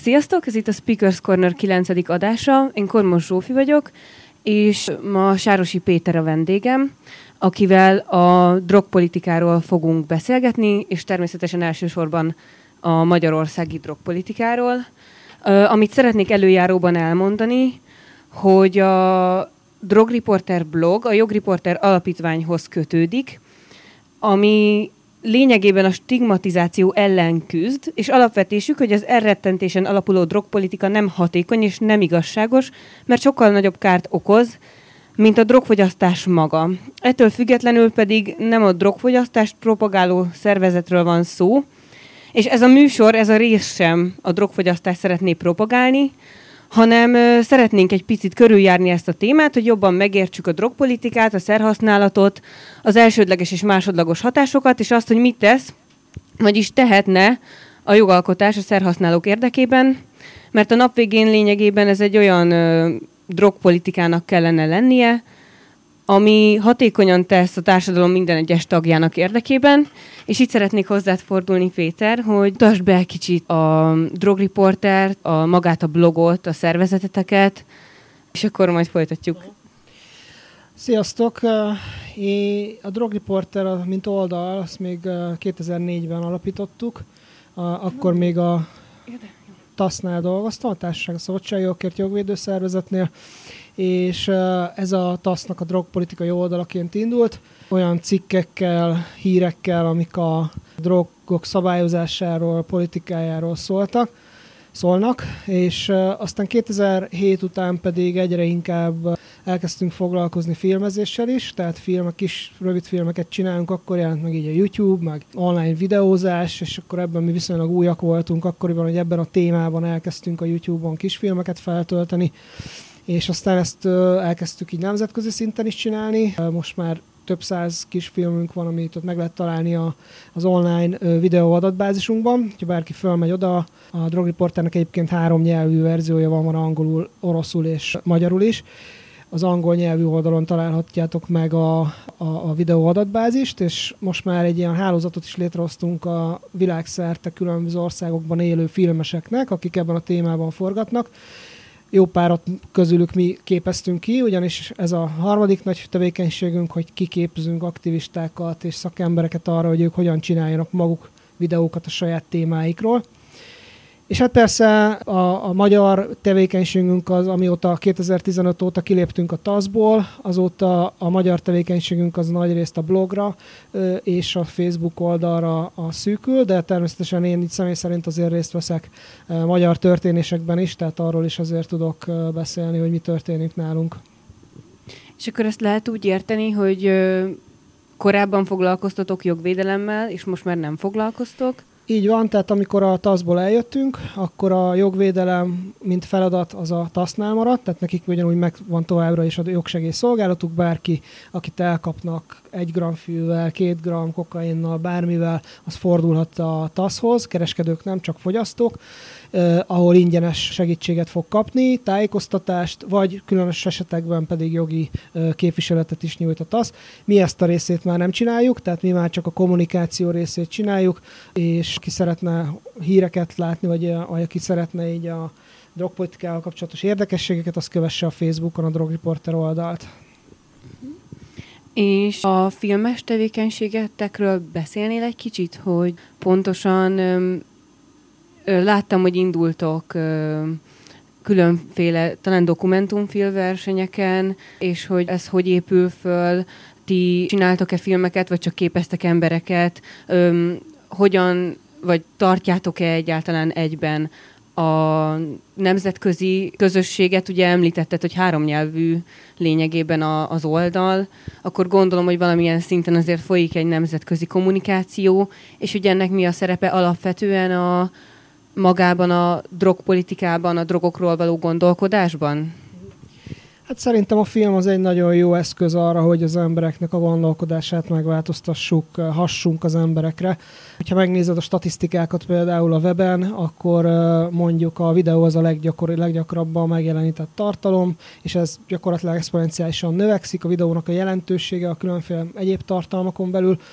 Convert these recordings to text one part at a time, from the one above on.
Sziasztok, ez itt a Speakers Corner 9. adása, én Kormos Zsófi vagyok, és ma Sárosi Péter a vendégem, akivel a drogpolitikáról fogunk beszélgetni, és természetesen elsősorban a magyarországi drogpolitikáról. Amit szeretnék előjáróban elmondani, hogy a Drogriporter blog a Jogriporter alapítványhoz kötődik, ami lényegében a stigmatizáció ellen küzd, és alapvetésük, hogy az elrettentésen alapuló drogpolitika nem hatékony és nem igazságos, mert sokkal nagyobb kárt okoz, mint a drogfogyasztás maga. Ettől függetlenül pedig nem a drogfogyasztást propagáló szervezetről van szó, és ez a műsor, ez a rész sem a drogfogyasztást szeretné propagálni, hanem szeretnénk egy picit körüljárni ezt a témát, hogy jobban megértsük a drogpolitikát, a szerhasználatot, az elsődleges és másodlagos hatásokat, és azt, hogy mit tesz, vagyis tehetne a jogalkotás a szerhasználók érdekében, mert a nap végén lényegében ez egy olyan drogpolitikának kellene lennie, ami hatékonyan tesz a társadalom minden egyes tagjának érdekében, és itt szeretnék hozzád fordulni, Péter, hogy mutasd be kicsit a Drogriportert, magát a blogot, a szervezeteteket, és akkor majd folytatjuk. Sziasztok! A Drogriporter, mint oldal, azt még 2004-ben alapítottuk. Akkor még a TASZ-nál dolgoztam, a Társaság a Szabadságjogokért Jogvédőszervezetnél, és ez a TASZ-nak a drogpolitikai oldalaként indult, olyan cikkekkel, hírekkel, amik a drogok szabályozásáról, politikájáról szólnak, és aztán 2007 után pedig egyre inkább elkezdtünk foglalkozni filmezéssel is, tehát kis rövidfilmeket csinálunk, akkor jelent meg így a YouTube, meg online videózás, és akkor ebben mi viszonylag újak voltunk akkoriban, hogy ebben a témában elkezdtünk a YouTube-on kisfilmeket feltölteni, és aztán ezt elkezdtük így nemzetközi szinten is csinálni. Most már több száz kisfilmünk van, amit ott meg lehet találni az online videó adatbázisunkban. Ha bárki fölmegy oda, a Drogriporternek egyébként 3 nyelvű verziója van angolul, oroszul és magyarul is. Az angol nyelvű oldalon találhatjátok meg a videó adatbázist, és most már egy ilyen hálózatot is létrehoztunk a világszerte különböző országokban élő filmeseknek, akik ebben a témában forgatnak. Jó párat közülük mi képeztünk ki, ugyanis ez a harmadik nagy tevékenységünk, hogy kiképzünk aktivistákat és szakembereket arra, hogy ők hogyan csináljanak maguk videókat a saját témáikról. És hát persze a magyar tevékenységünk az, amióta 2015 óta kiléptünk a TASZ-ból, azóta a magyar tevékenységünk az nagyrészt a blogra és a Facebook oldalra szűkül, de természetesen én itt személy szerint azért részt veszek magyar történésekben is, tehát arról is azért tudok beszélni, hogy mi történik nálunk. És akkor ezt lehet úgy érteni, hogy korábban foglalkoztatok jogvédelemmel, és most már nem foglalkoztok? Így van, tehát amikor a TASZ-ból eljöttünk, akkor a jogvédelem, mint feladat, az a TASZ-nál maradt, tehát nekik ugyanúgy meg van továbbra is a jogsegélyszolgálatuk, bárki, akit elkapnak 1 g fűvel, 2 g kokainnal, bármivel, az fordulhat a TASZ-hoz, kereskedők nem, csak fogyasztók, ahol ingyenes segítséget fog kapni, tájékoztatást, vagy különös esetekben pedig jogi képviseletet is nyújt a TASZ. Mi ezt a részét már nem csináljuk, tehát mi már csak a kommunikáció részét csináljuk, és ki szeretne híreket látni, vagy aki szeretne így a drogpolitikával kapcsolatos érdekességeket, az kövesse a Facebookon a Drogriporter oldalt. És a filmes tevékenységetekről beszélnél egy kicsit, hogy pontosan láttam, hogy indultok különféle, talán dokumentumfilmversenyeken, és hogy ez hogy épül föl, ti csináltok-e filmeket, vagy csak képeztek embereket, hogyan, vagy tartjátok-e egyáltalán egyben a nemzetközi közösséget, ugye említetted, hogy 3 nyelvű lényegében az oldal, akkor gondolom, hogy valamilyen szinten azért folyik egy nemzetközi kommunikáció, és ugye ennek mi a szerepe alapvetően magában a drogpolitikában, a drogokról való gondolkodásban? Hát szerintem a film az egy nagyon jó eszköz arra, hogy az embereknek a gondolkodását megváltoztassuk, hassunk az emberekre. Ha megnézed a statisztikákat például a weben, akkor mondjuk a videó az a leggyakrabban megjelenített tartalom, és ez gyakorlatilag exponenciálisan növekszik, a videónak a jelentősége a különféle egyéb tartalmakon belül.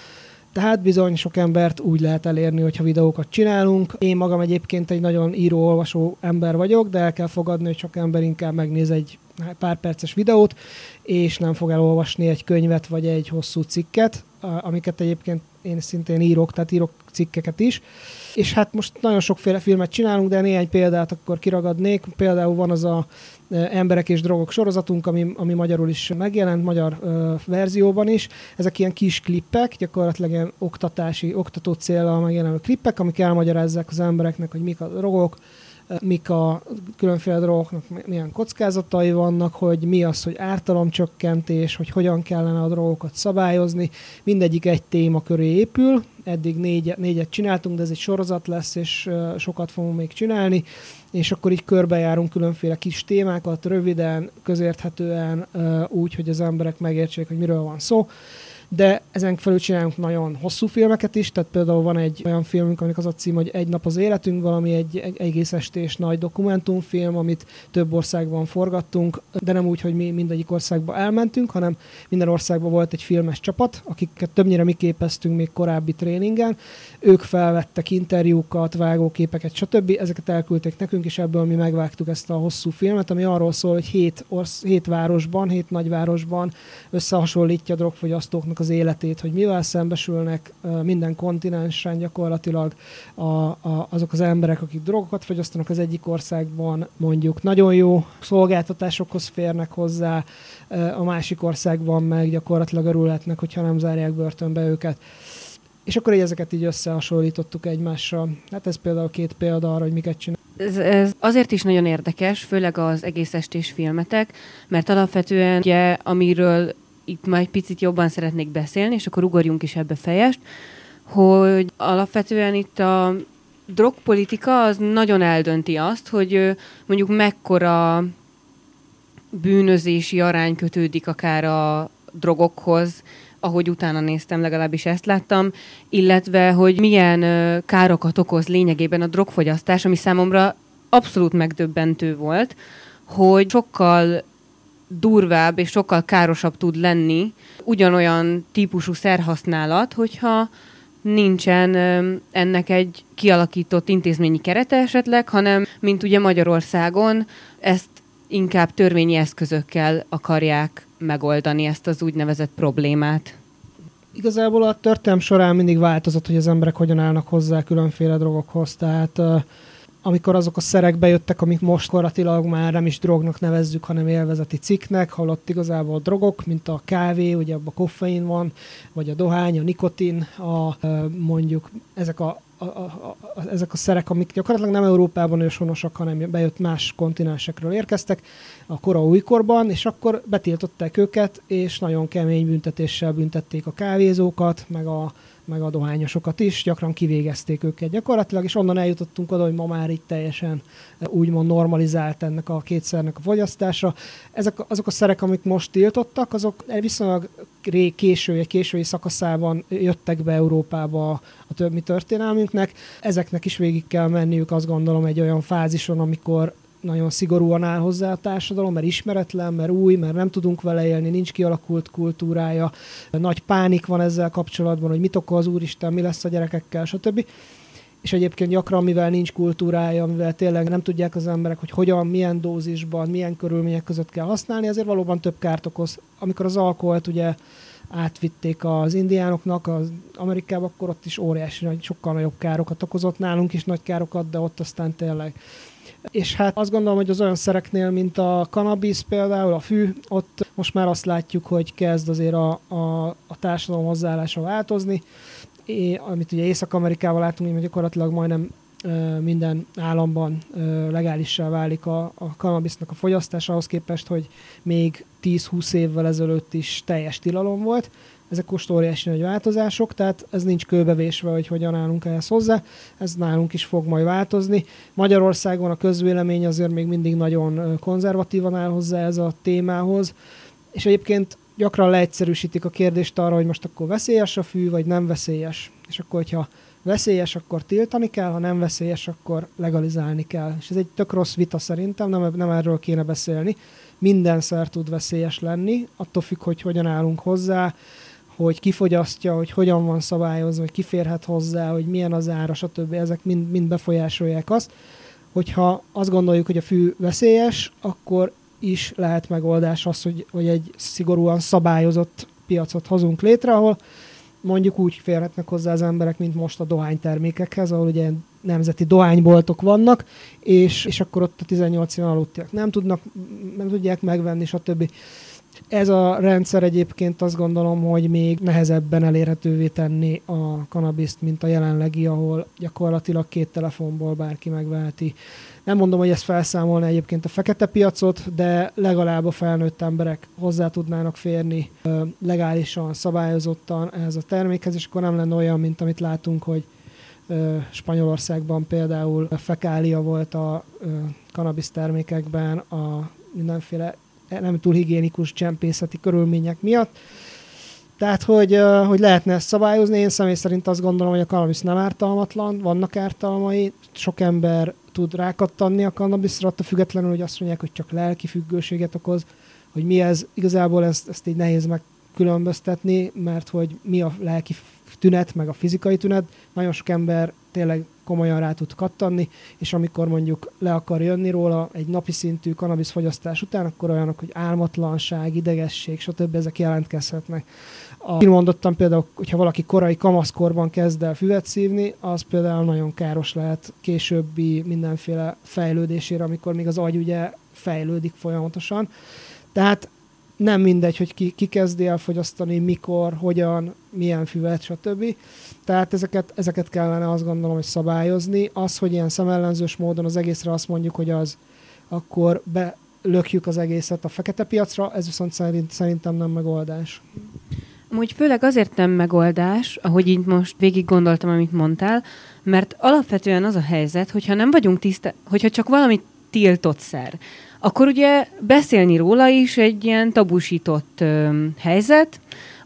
Tehát bizony sok embert úgy lehet elérni, hogyha videókat csinálunk. Én magam egyébként egy nagyon író-olvasó ember vagyok, de el kell fogadni, hogy sok ember inkább megnéz egy pár perces videót, és nem fog elolvasni egy könyvet vagy egy hosszú cikket, amiket egyébként én szintén írok, tehát írok cikkeket is. És hát most nagyon sokféle filmet csinálunk, de néhány példát akkor kiragadnék. Például van az a Emberek és drogok sorozatunk, ami magyarul is megjelent, magyar verzióban is. Ezek ilyen kis klippek, gyakorlatilag ilyen oktató céllal megjelenő klippek, amik elmagyarázzák az embereknek, hogy mik a drogok, mik a különféle drogoknak, milyen kockázatai vannak, hogy mi az, hogy ártalomcsökkentés, hogy hogyan kellene a drogokat szabályozni. Mindegyik egy téma köré épül. Eddig négyet csináltunk, de ez egy sorozat lesz, és sokat fogunk még csinálni. És akkor így körbejárunk különféle kis témákat, röviden, közérthetően, úgy, hogy az emberek megértsék, hogy miről van szó. De ezen felül csinálunk nagyon hosszú filmeket is, tehát például van egy olyan filmünk, aminek az a cím, hogy Egy nap az életünkben, ami egy egész estés nagy dokumentumfilm, amit több országban forgattunk, de nem úgy, hogy mi mindegyik országba elmentünk, hanem minden országban volt egy filmes csapat, akiket többnyire mi képeztünk még korábbi tréningen. Ők felvettek interjúkat, vágóképeket, stb. Ezeket elküldték nekünk, és ebből mi megvágtuk ezt a hosszú filmet, ami arról szól, hogy 7 nagyvárosban összehasonlítja a drogfogyasztóknak az életét, hogy mivel szembesülnek minden kontinensen gyakorlatilag azok az emberek, akik drogokat fogyasztanak az egyik országban, mondjuk nagyon jó szolgáltatásokhoz férnek hozzá, a másik országban meg gyakorlatilag örülhetnek, hogyha nem zárják börtönbe őket. És akkor ezeket így összehasonlítottuk egymással. Hát ez például 2 példa arra, hogy miket csinál. Ez azért is nagyon érdekes, főleg az egész estés filmetek, mert alapvetően ugye, amiről itt már egy picit jobban szeretnék beszélni, és akkor ugorjunk is ebbe fejest, hogy alapvetően itt a drogpolitika az nagyon eldönti azt, hogy mondjuk mekkora bűnözési arány kötődik akár a drogokhoz, ahogy utána néztem, legalábbis ezt láttam, illetve, hogy milyen károkat okoz lényegében a drogfogyasztás, ami számomra abszolút megdöbbentő volt, hogy sokkal durvább és sokkal károsabb tud lenni ugyanolyan típusú szerhasználat, hogyha nincsen ennek egy kialakított intézményi kerete esetleg, hanem, mint ugye Magyarországon, ezt inkább törvényi eszközökkel akarják megoldani, ezt az úgynevezett problémát. Igazából a történelem során mindig változott, hogy az emberek hogyan állnak hozzá különféle drogokhoz, tehát amikor azok a szerek bejöttek, amik most koratilag már nem is drognak nevezzük, hanem élvezeti cikknek, holott igazából drogok, mint a kávé, ugye abban koffein van, vagy a dohány, a nikotin, mondjuk ezek a szerek, amik gyakorlatilag nem Európában őshonosak, hanem bejött más kontinensekről érkeztek a kora újkorban, és akkor betiltották őket, és nagyon kemény büntetéssel büntették a kávézókat, meg a dohányosokat is, gyakran kivégezték őket gyakorlatilag, és onnan eljutottunk oda, hogy ma már itt teljesen úgymond normalizált ennek a kétszernek a fogyasztása. Azok a szerek, amik most tiltottak, azok viszonylag késői szakaszában jöttek be Európába a többi történelmünknek. Ezeknek is végig kell menniük, azt gondolom, egy olyan fázison, amikor nagyon szigorúan áll hozzá a társadalom, mert ismeretlen, mert új, mert nem tudunk vele élni, nincs kialakult kultúrája, nagy pánik van ezzel kapcsolatban, hogy mit okoz úristen, mi lesz a gyerekekkel, stb. És egyébként gyakran, mivel nincs kultúrája, mivel tényleg nem tudják az emberek, hogy hogyan, milyen dózisban, milyen körülmények között kell használni, ezért valóban több kárt okoz. Amikor az alkoholt ugye átvitték az indiánoknak, az Amerikába, akkor ott is óriási, sokkal nagyobb károkat okozott, nálunk is nagy károkat, de ott aztán tényleg. És hát azt gondolom, hogy az olyan szereknél, mint a cannabis például, a fű, ott most már azt látjuk, hogy kezd azért a társadalom hozzáállása változni, amit ugye Észak-Amerikával látunk, hogy gyakorlatilag majdnem minden államban legálissá válik a cannabisnak a fogyasztása, ahhoz képest, hogy még 10-20 évvel ezelőtt is teljes tilalom volt. Ezek most óriási nagy változások, tehát ez nincs kőbevésve, hogy hogyan állunk ehhez hozzá, ez nálunk is fog majd változni. Magyarországon a közvélemény azért még mindig nagyon konzervatívan áll hozzá ez a témához, és egyébként gyakran leegyszerűsítik a kérdést arra, hogy most akkor veszélyes a fű, vagy nem veszélyes. És akkor, hogyha veszélyes, akkor tiltani kell, ha nem veszélyes, akkor legalizálni kell. És ez egy tök rossz vita szerintem, nem erről kéne beszélni. Minden szer tud veszélyes lenni, attól függ, hogy hogyan állunk hozzá, hogy ki fogyasztja, hogy hogyan van szabályozva, hogy ki férhet hozzá, hogy milyen az ára, stb. Ezek mind befolyásolják azt. Hogyha azt gondoljuk, hogy a fű veszélyes, akkor is lehet megoldás az, hogy egy szigorúan szabályozott piacot hozunk létre, ahol mondjuk úgy férhetnek hozzá az emberek, mint most a dohánytermékekhez, ahol ugye nemzeti dohányboltok vannak, és akkor ott a 18 éven aludtiak nem tudják megvenni, stb. Ez a rendszer egyébként azt gondolom, hogy még nehezebben elérhetővé tenni a kannabiszt, mint a jelenlegi, ahol gyakorlatilag 2 telefonból bárki megveheti. Nem mondom, hogy ez felszámolna egyébként a fekete piacot, de legalább a felnőtt emberek hozzá tudnának férni legálisan, szabályozottan ehhez a termékhez, és akkor nem lenne olyan, mint amit látunk, hogy Spanyolországban például fekália volt a kannabisz termékekben a mindenféle nem túl higiénikus csempészeti körülmények miatt. Tehát, hogy lehetne ezt szabályozni, én személy szerint azt gondolom, hogy a kannabisz nem ártalmatlan, vannak ártalmai, sok ember tud rákattanni a kannabiszra, attól függetlenül, hogy azt mondják, hogy csak lelki függőséget okoz, hogy mi ez, igazából ezt így nehéz megkülönböztetni, mert hogy mi a lelki tünet, meg a fizikai tünet, nagyon sok ember tényleg komolyan rá tud kattanni, és amikor mondjuk le akar jönni róla egy napi szintű kannabisz fogyasztás után, akkor olyanok, hogy álmatlanság, idegesség, stb. Ezek jelentkezhetnek. Mondottam például, hogyha valaki korai kamaszkorban kezd el füvet szívni, az például nagyon káros lehet későbbi mindenféle fejlődésére, amikor még az agy ugye fejlődik folyamatosan. Tehát nem mindegy, hogy ki kezdi el fogyasztani, mikor, hogyan, milyen füvet, stb. Tehát ezeket kellene azt gondolom, hogy szabályozni. Az, hogy ilyen szemellenzős módon az egészre azt mondjuk, hogy az akkor belökjük az egészet a fekete piacra, ez viszont szerintem nem megoldás. Amúgy főleg azért nem megoldás, ahogy így most végig gondoltam, amit mondtál, mert alapvetően az a helyzet, hogyha nem vagyunk hogyha csak valami tiltott szer, akkor ugye beszélni róla is egy ilyen tabusított helyzet,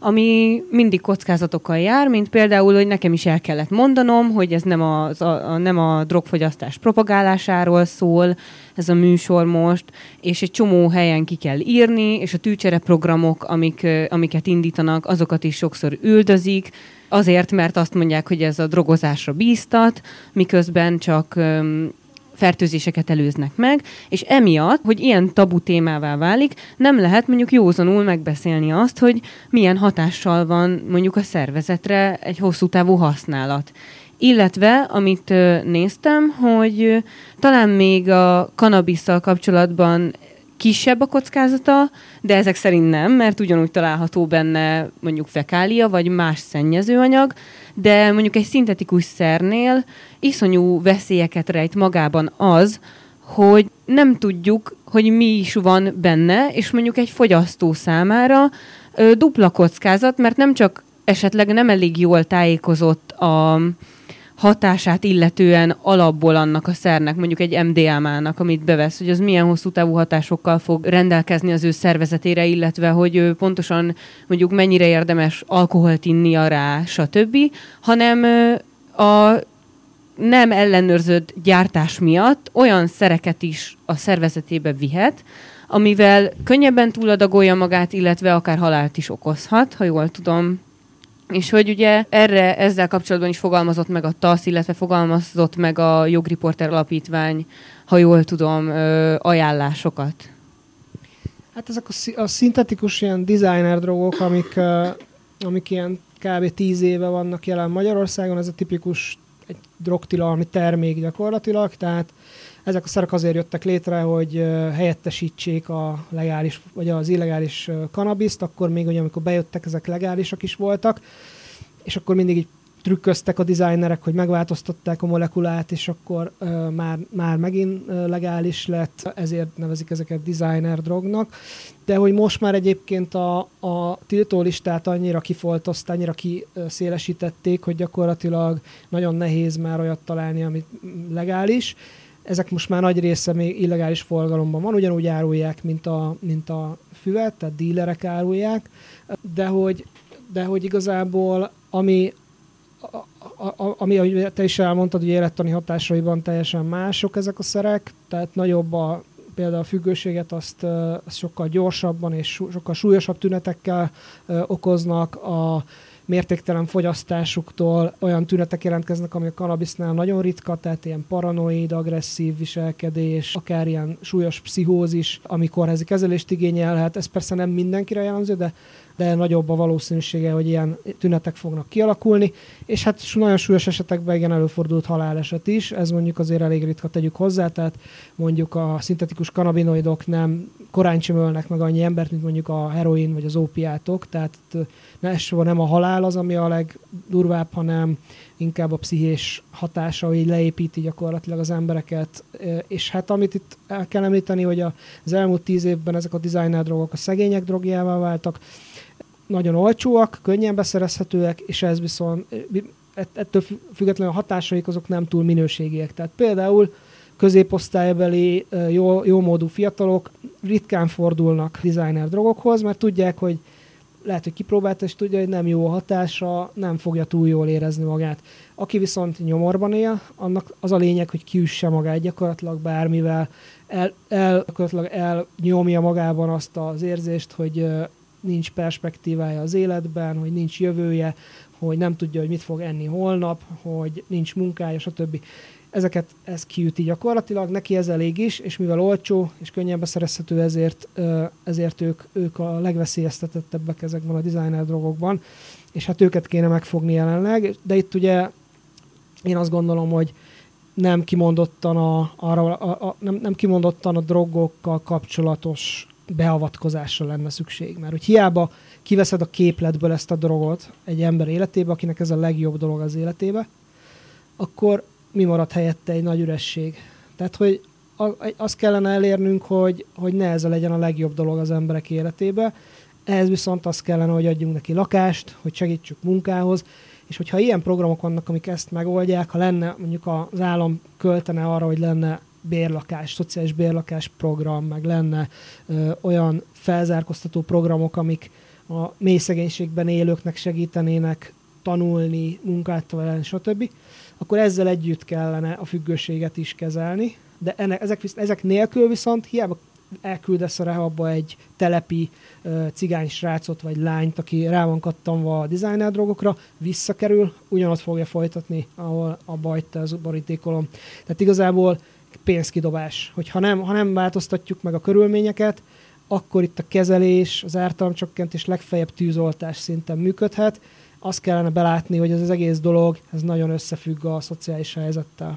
ami mindig kockázatokkal jár, mint például, hogy nekem is el kellett mondanom, hogy ez nem a drogfogyasztás propagálásáról szól, ez a műsor most, és egy csomó helyen ki kell írni, és a tűcsereprogramok, amiket indítanak, azokat is sokszor üldözik, azért, mert azt mondják, hogy ez a drogozásra bíztat, miközben csak fertőzéseket előznek meg, és emiatt, hogy ilyen tabu témává válik, nem lehet mondjuk józanul megbeszélni azt, hogy milyen hatással van mondjuk a szervezetre egy hosszú távú használat. Illetve, amit néztem, hogy talán még a kannabisszal kapcsolatban kisebb a kockázata, de ezek szerint nem, mert ugyanúgy található benne mondjuk fekália, vagy más szennyezőanyag, de mondjuk egy szintetikus szernél iszonyú veszélyeket rejt magában az, hogy nem tudjuk, hogy mi is van benne, és mondjuk egy fogyasztó számára dupla kockázat, mert nem csak esetleg nem elég jól tájékozott a hatását illetően alapból annak a szernek, mondjuk egy MDMA-nak, amit bevesz, hogy az milyen hosszú távú hatásokkal fog rendelkezni az ő szervezetére, illetve hogy pontosan mondjuk mennyire érdemes alkoholt innia rá, stb., hanem a nem ellenőrzött gyártás miatt olyan szereket is a szervezetébe vihet, amivel könnyebben túladagolja magát, illetve akár halált is okozhat, ha jól tudom. És hogy ugye ezzel kapcsolatban is fogalmazott meg a TASZ, illetve fogalmazott meg a Jogriporter Alapítvány, ha jól tudom, ajánlásokat. Hát ezek a szintetikus ilyen designer drogok, amik ilyen kb. 10 éve vannak jelen Magyarországon, ez a tipikus egy drogtilalmi termék gyakorlatilag, tehát ezek a szerek azért jöttek létre, hogy helyettesítsék a legális, vagy az illegális kannabiszt, akkor még ugye, amikor bejöttek, ezek legálisak is voltak, és akkor mindig így trükköztek a designerek, hogy megváltoztatták a molekulát, és akkor már megint legális lett, ezért nevezik ezeket designer drognak. De hogy most már egyébként a tiltólistát annyira kifoltozták, annyira kiszélesítették, hogy gyakorlatilag nagyon nehéz már olyat találni, amit legális. Ezek most már nagy része még illegális forgalomban van, ugyanúgy árulják, mint a füvet, tehát dílerek árulják, de hogy igazából ami ahogy te is elmondtad, hogy élettani hatásaiban teljesen mások ezek a szerek, tehát nagyobb a például a függőséget azt sokkal gyorsabban és sokkal súlyosabb tünetekkel okoznak, a mértéktelen fogyasztásuktól olyan tünetek jelentkeznek, ami a kannabisznál nagyon ritka, tehát ilyen paranoid, agresszív viselkedés, akár ilyen súlyos pszichózis, ami kórházi kezelést igényelhet. Ez persze nem mindenkire jellemző, de nagyobb a valószínűsége, hogy ilyen tünetek fognak kialakulni, és hát nagyon súlyos esetekben igen előfordult haláleset is, ez mondjuk azért elég ritka, tegyük hozzá, tehát mondjuk a szintetikus kannabinoidok nem korán sem ölnek meg annyi embert, mint mondjuk a heroin vagy az ópiátok, tehát nem a halál az, ami a legdurvább, hanem inkább a pszichés hatása, hogy leépíti gyakorlatilag az embereket. És hát amit itt el kell említeni, hogy az elmúlt 10 évben ezek a designer drogok a szegények drogjává váltak, nagyon olcsóak, könnyen beszerezhetőek, és ez viszont ettől függetlenül a hatásaik azok nem túl minőségiek. Tehát például középosztálybeli jómódú fiatalok ritkán fordulnak designer drogokhoz, mert tudják, hogy lehet, hogy kipróbálta, és tudja, hogy nem jó a hatása, nem fogja túl jól érezni magát. Aki viszont nyomorban él, annak az a lényeg, hogy kiüsse magát gyakorlatilag bármivel, gyakorlatilag elnyomja magában azt az érzést, hogy nincs perspektívája az életben, hogy nincs jövője, hogy nem tudja, hogy mit fog enni holnap, hogy nincs munkája, stb. Ez kiüti gyakorlatilag, neki ez elég is, és mivel olcsó és könnyen beszerezhető, ezért ők a legveszélyeztetettebbek ezekben a designer drogokban, és hát őket kéne megfogni jelenleg, de itt ugye én azt gondolom, hogy nem kimondottan nem kimondottan a drogokkal kapcsolatos beavatkozásra lenne szükség, mert hogy hiába kiveszed a képletből ezt a drogot egy ember életébe, akinek ez a legjobb dolog az életébe, akkor mi marad helyette? Egy nagy üresség. Tehát, hogy azt kellene elérnünk, hogy ne ez legyen a legjobb dolog az emberek életébe, ehhez viszont azt kellene, hogy adjunk neki lakást, hogy segítsük munkához, és hogyha ilyen programok vannak, amik ezt megoldják, ha lenne, mondjuk az állam költene arra, hogy lenne bérlakás, szociális bérlakás program, meg lenne olyan felzárkóztató programok, amik a mély szegénységben élőknek segítenének tanulni, munkát találni, stb., akkor ezzel együtt kellene a függőséget is kezelni, de ezek nélkül viszont hiába elküldesz a rehabba egy telepi cigány srácot vagy lányt, aki rá van kattanva a designer drogokra, visszakerül, ugyanott fogja folytatni, ahol abba hagyta az borítékolom. Tehát igazából pénzkidobás. Ha nem változtatjuk meg a körülményeket, akkor itt a kezelés, az ártalomcsökkentés legfeljebb tűzoltás szinten működhet. Azt kellene belátni, hogy ez az egész dolog, ez nagyon összefügg a szociális helyzettel.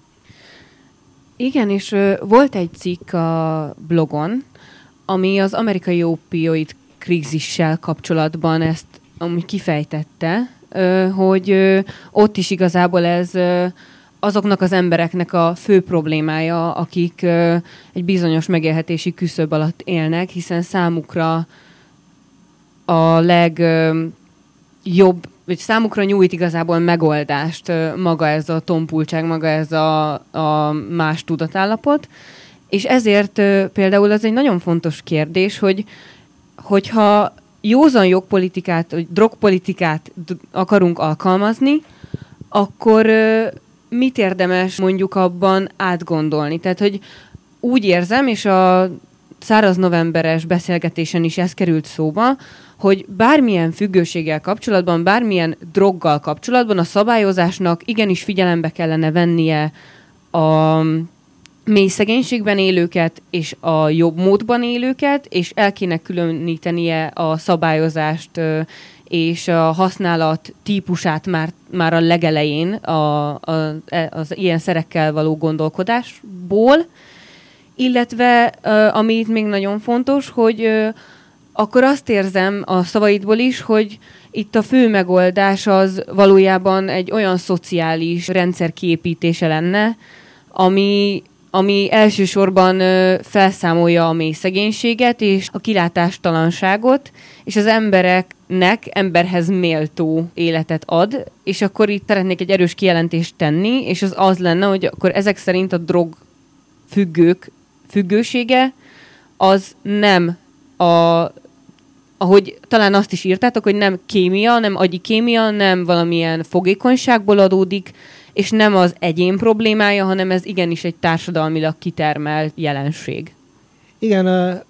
Igen, és volt egy cikk a blogon, ami az amerikai opioid krízissel kapcsolatban ezt amúgy kifejtette, hogy ott is igazából ez azoknak az embereknek a fő problémája, akik egy bizonyos megélhetési küszöb alatt élnek, hiszen számukra a legjobb, vagy számukra nyújt igazából megoldást maga ez a tompultság, maga ez a más tudatállapot. És ezért például az egy nagyon fontos kérdés, hogyha józan jogpolitikát, vagy drogpolitikát akarunk alkalmazni, akkor mit érdemes mondjuk abban átgondolni? Tehát, hogy úgy érzem, és a száraz novemberes beszélgetésen is ez került szóba, hogy bármilyen függőséggel kapcsolatban, bármilyen droggal kapcsolatban a szabályozásnak igenis figyelembe kellene vennie a mély szegénységben élőket és a jobb módban élőket, és el kéne különítenie a szabályozást és a használat típusát már a legelején az ilyen szerekkel való gondolkodásból, illetve ami itt még nagyon fontos, hogy akkor azt érzem a szavaidból is, hogy itt a fő megoldás az valójában egy olyan szociális rendszer kiépítése lenne, ami elsősorban felszámolja a mély szegénységet és a kilátástalanságot, és az embereknek emberhez méltó életet ad, és akkor itt szeretnék egy erős kijelentést tenni, és az lenne, hogy akkor ezek szerint a drog függősége az nem ahogy talán azt is írtátok, hogy nem kémia, nem agyi kémia, nem valamilyen fogékonyságból adódik, és nem az egyén problémája, hanem ez igenis egy társadalmilag kitermelt jelenség. Igen,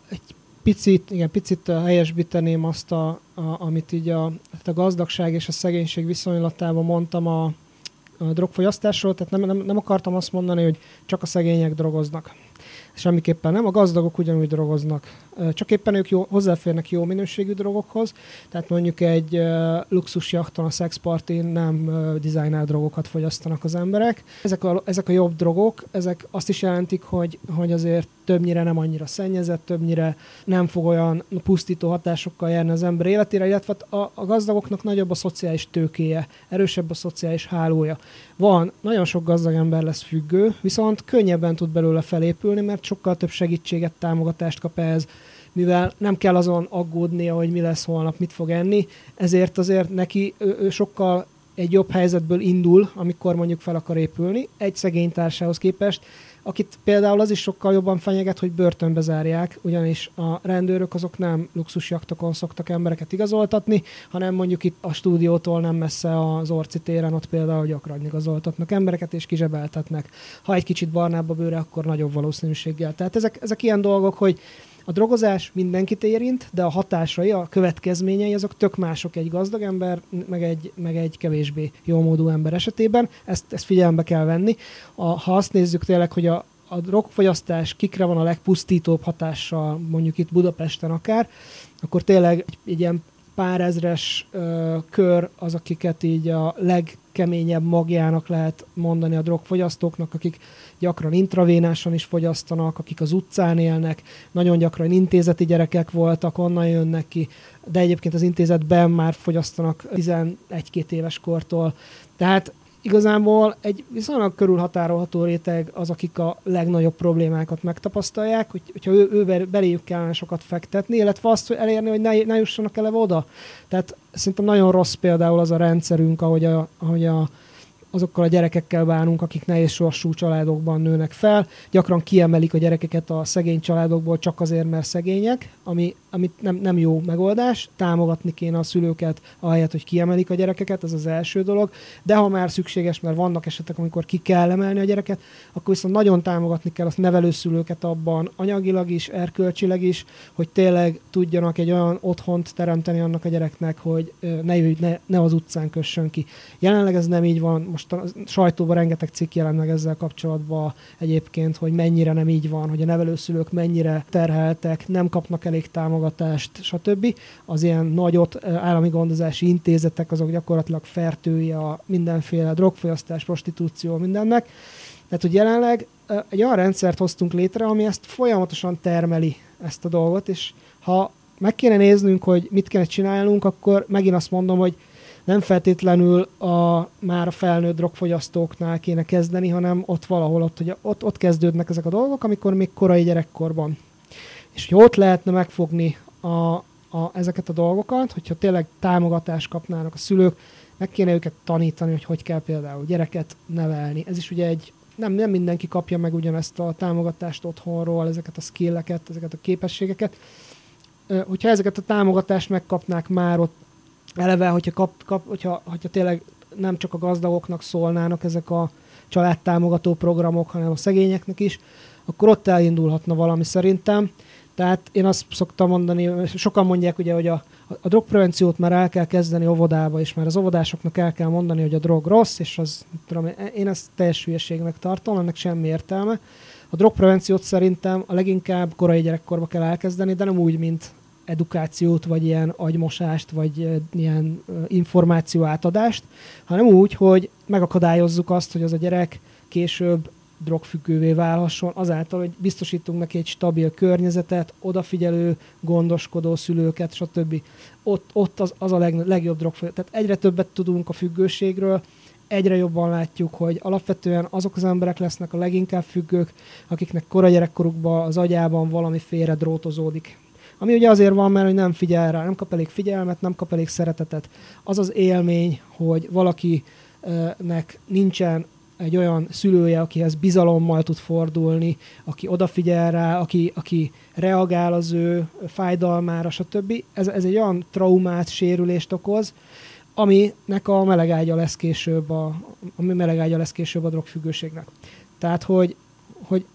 egy picit helyesbíteném azt, amit így a gazdagság és a szegénység viszonylatában mondtam a drogfogyasztásról, tehát nem akartam azt mondani, hogy csak a szegények drogoznak. Semmiképpen nem, a gazdagok ugyanúgy drogoznak. Csak éppen ők hozzáférnek jó minőségű drogokhoz, tehát mondjuk egy luxusjachton, a szexpartin nem designált drogokat fogyasztanak az emberek. Ezek a jobb drogok, ezek azt is jelentik, hogy azért többnyire nem annyira szennyezett, többnyire nem fog olyan pusztító hatásokkal járni az ember életére, illetve a gazdagoknak nagyobb a szociális tőkéje, erősebb a szociális hálója. Nagyon sok gazdag ember lesz függő, viszont könnyebben tud belőle felépülni, mert sokkal több segítséget, támogatást kap ehhez, mivel nem kell azon aggódnia, hogy mi lesz holnap, mit fog enni, ezért azért neki ő sokkal egy jobb helyzetből indul, amikor mondjuk fel akar épülni, egy szegény társához képest, akit például az is sokkal jobban fenyeget, hogy börtönbe zárják, ugyanis a rendőrök azok nem luxusjachtokon szoktak embereket igazoltatni, hanem mondjuk itt a stúdiótól nem messze az Orci téren, ott például gyakran igazoltatnak embereket és kizsebeltetnek. Ha egy kicsit barnább a bőre, akkor nagyobb valószínűséggel. Tehát ezek ilyen dolgok, hogy a drogozás mindenkit érint, de a hatásai, a következményei azok tök mások egy gazdag ember, meg egy kevésbé jómódú ember esetében. Ezt figyelembe kell venni. Ha azt nézzük tényleg, hogy a drogfogyasztás kikre van a legpusztítóbb hatással, mondjuk itt Budapesten akár, akkor tényleg egy ilyen pár ezres kör az, akiket így a legkeményebb magjának lehet mondani a drogfogyasztóknak, akik gyakran intravénásan is fogyasztanak, akik az utcán élnek, nagyon gyakran intézeti gyerekek voltak, onnan jönnek ki, de egyébként az intézetben már fogyasztanak 11-2 éves kortól. Tehát igazából egy viszonylag körülhatárolható réteg az, akik a legnagyobb problémákat megtapasztalják, hogyha ő beléjük kellene sokat fektetni, illetve azt hogy elérni, hogy ne jussanak eleve oda. Tehát szerintem nagyon rossz például az a rendszerünk, ahogy azokkal a gyerekekkel bánunk, akik nehéz sorsú családokban nőnek fel. Gyakran kiemelik a gyerekeket a szegény családokból csak azért, mert szegények, amit nem jó megoldás. Támogatni kéne a szülőket, ahelyett, hogy kiemelik a gyerekeket, ez az első dolog. De ha már szükséges, mert vannak esetek, amikor ki kell emelni a gyereket, akkor viszont nagyon támogatni kell a nevelőszülőket abban, anyagilag is, erkölcsileg is, hogy tényleg tudjanak egy olyan otthont teremteni annak a gyereknek, hogy ne az utcán kössön ki. Jelenleg ez nem így van. Most a sajtóban rengeteg cikk jelent meg ezzel kapcsolatban egyébként, hogy mennyire nem így van, hogy a nevelőszülők mennyire terheltek, nem kapnak elég támogatást, stb. Az ilyen nagy állami gondozási intézetek, azok gyakorlatilag fertői a mindenféle drogfogyasztás, prostitúció, mindennek. Tehát, hogy jelenleg egy olyan rendszert hoztunk létre, ami ezt folyamatosan termeli, ezt a dolgot, és ha meg kéne néznünk, hogy mit kéne csinálnunk, akkor megint azt mondom, hogy nem feltétlenül már a felnőtt drogfogyasztóknál kéne kezdeni, hanem ott valahol, ott kezdődnek ezek a dolgok, amikor még korai gyerekkorban. És hogy ott lehetne megfogni ezeket a dolgokat, hogyha tényleg támogatást kapnának a szülők, meg kéne őket tanítani, hogy kell például gyereket nevelni. Ez is ugye nem mindenki kapja meg ugyanezt a támogatást otthonról, ezeket a skilleket, ezeket a képességeket. Hogyha ezeket a támogatást megkapnák már ott eleve, hogyha tényleg nem csak a gazdagoknak szólnának ezek a családtámogató programok, hanem a szegényeknek is, akkor ott elindulhatna valami szerintem. Tehát én azt szoktam mondani, sokan mondják ugye, hogy a drogprevenciót már el kell kezdeni óvodába, és már az óvodásoknak el kell mondani, hogy a drog rossz, és én ezt teljes hülyeségnek tartom, ennek semmi értelme. A drogprevenciót szerintem a leginkább korai gyerekkorba kell elkezdeni, de nem úgy, mint edukációt, vagy ilyen agymosást, vagy ilyen információ átadást, hanem úgy, hogy megakadályozzuk azt, hogy az a gyerek később drogfüggővé válhasson, azáltal, hogy biztosítunk neki egy stabil környezetet, odafigyelő, gondoskodó szülőket, stb. Ott az a legjobb drogfüggő. Tehát egyre többet tudunk a függőségről, egyre jobban látjuk, hogy alapvetően azok az emberek lesznek a leginkább függők, akiknek korai gyerekkorukban az agyában valami félre drótozódik. Ami ugye azért van, mert hogy nem figyel rá, nem kap elég figyelmet, nem kap elég szeretetet. Az az élmény, hogy valakinek nincsen egy olyan szülője, akihez bizalommal tud fordulni, aki odafigyel rá, aki reagál az ő fájdalmára, stb. Ez egy olyan traumát, sérülést okoz, aminek a melegágya lesz később a drogfüggőségnek. Tehát, hogy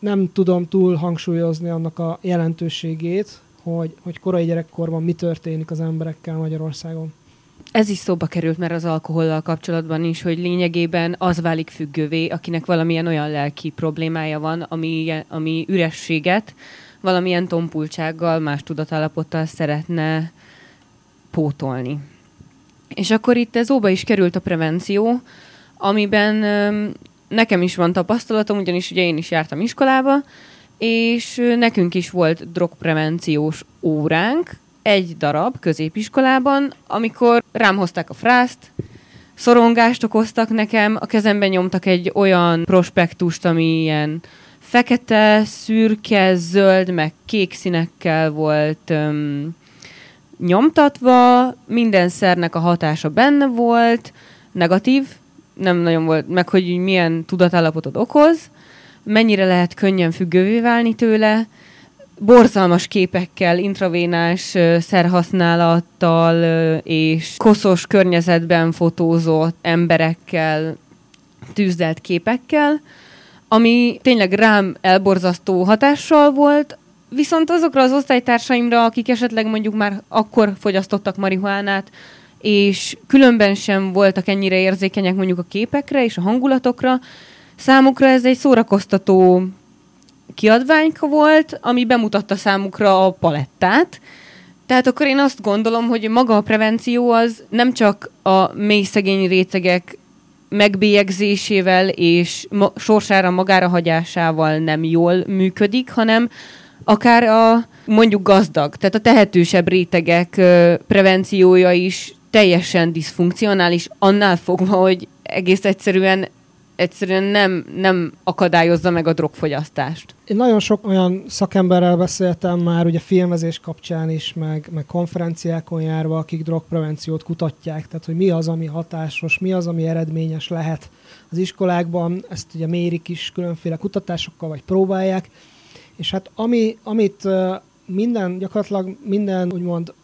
nem tudom túl hangsúlyozni annak a jelentőségét, hogy korai gyerekkorban mi történik az emberekkel Magyarországon. Ez is szóba került már az alkohollal kapcsolatban is, hogy lényegében az válik függővé, akinek valamilyen olyan lelki problémája van, ami ürességet valamilyen tompultsággal, más tudatállapottal szeretne pótolni. És akkor itt szóba is került a prevenció, amiben nekem is van tapasztalatom, ugyanis ugye én is jártam iskolába, és nekünk is volt drogprevenciós óránk, egy darab középiskolában, amikor rám hozták a frászt, szorongást okoztak nekem, a kezemben nyomtak egy olyan prospektust, ami ilyen fekete, szürke, zöld, meg kék színekkel volt nyomtatva, minden szernek a hatása benne volt, negatív, nem nagyon volt, meg hogy milyen tudatállapotot okoz, mennyire lehet könnyen függővé válni tőle, borzalmas képekkel, intravénás szerhasználattal és koszos környezetben fotózott emberekkel, tűzdelt képekkel, ami tényleg rám elborzasztó hatással volt, viszont azokra az osztálytársaimra, akik esetleg mondjuk már akkor fogyasztottak marihuánát, és különben sem voltak ennyire érzékenyek mondjuk a képekre és a hangulatokra, számukra ez egy szórakoztató kiadványka volt, ami bemutatta számukra a palettát. Tehát akkor én azt gondolom, hogy maga a prevenció az nem csak a mély szegény rétegek megbélyegzésével és sorsára magára hagyásával nem jól működik, hanem akár a mondjuk gazdag, tehát a tehetősebb rétegek prevenciója is teljesen diszfunkcionális, annál fogva, hogy egész egyszerűen nem akadályozza meg a drogfogyasztást. Én nagyon sok olyan szakemberrel beszéltem már ugye filmezés kapcsán is, meg konferenciákon járva, akik drogprevenciót kutatják, tehát hogy mi az, ami hatásos, mi az, ami eredményes lehet az iskolákban, ezt ugye mérik is különféle kutatásokkal, vagy próbálják, és hát amit gyakorlatilag minden úgymond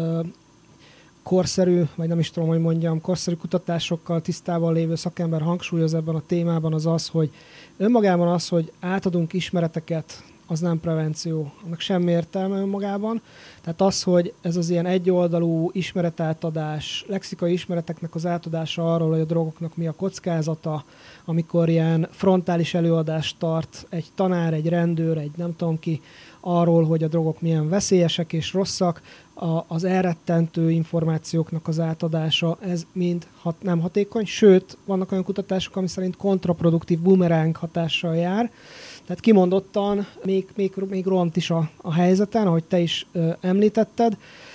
korszerű, vagy nem is tudom, hogy mondjam, korszerű kutatásokkal tisztában lévő szakember hangsúlyoz ebben a témában az, hogy önmagában az, hogy átadunk ismereteket, az nem prevenció. Annak semmi értelme önmagában. Tehát az, hogy ez az ilyen egyoldalú ismeretátadás, lexikai ismereteknek az átadása arról, hogy a drogoknak mi a kockázata, amikor ilyen frontális előadást tart egy tanár, egy rendőr, egy nem tudom ki, arról, hogy a drogok milyen veszélyesek és rosszak, az elrettentő információknak az átadása, ez mind nem hatékony, sőt, vannak olyan kutatások, ami szerint kontraproduktív bumeráng hatással jár, tehát kimondottan még ront is a helyzeten, ahogy te is említetted.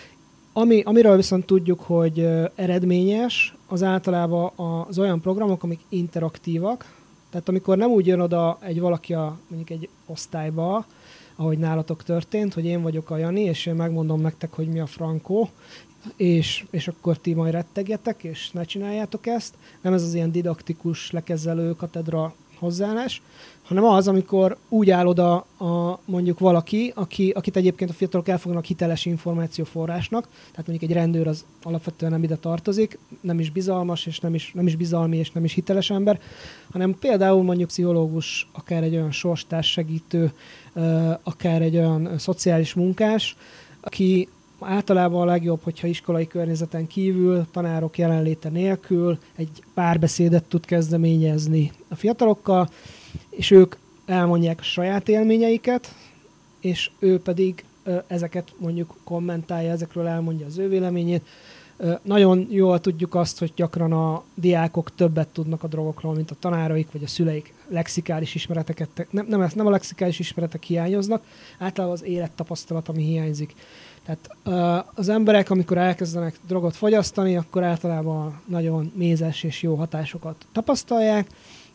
Amiről viszont tudjuk, hogy eredményes, az általában az olyan programok, amik interaktívak, tehát amikor nem úgy jön oda valaki mondjuk egy osztályba, ahogy nálatok történt, hogy én vagyok a Jani, és én megmondom nektek, hogy mi a frankó, és akkor ti majd rettegjetek, és ne csináljátok ezt. Nem ez az ilyen didaktikus, lekezelő katedra hozzáállás, hanem az, amikor úgy áll oda mondjuk valaki, akit egyébként a fiatalok elfognak hiteles információforrásnak, tehát mondjuk egy rendőr az alapvetően nem ide tartozik, nem is bizalmas, és nem is bizalmi, és nem is hiteles ember, hanem például mondjuk pszichológus, akár egy olyan sorstárs segítő, akár egy olyan szociális munkás, aki általában a legjobb, hogyha iskolai környezeten kívül, tanárok jelenléte nélkül egy párbeszédet tud kezdeményezni a fiatalokkal, és ők elmondják a saját élményeiket, és ő pedig ezeket mondjuk kommentálja, ezekről elmondja az ő véleményét. Nagyon jól tudjuk azt, hogy gyakran a diákok többet tudnak a drogokról, mint a tanáraik, vagy a szüleik lexikális ismereteket. Nem a lexikális ismeretek hiányoznak, általában az élettapasztalat, ami hiányzik. Tehát az emberek, amikor elkezdenek drogot fogyasztani, akkor általában nagyon mézes és jó hatásokat tapasztalják,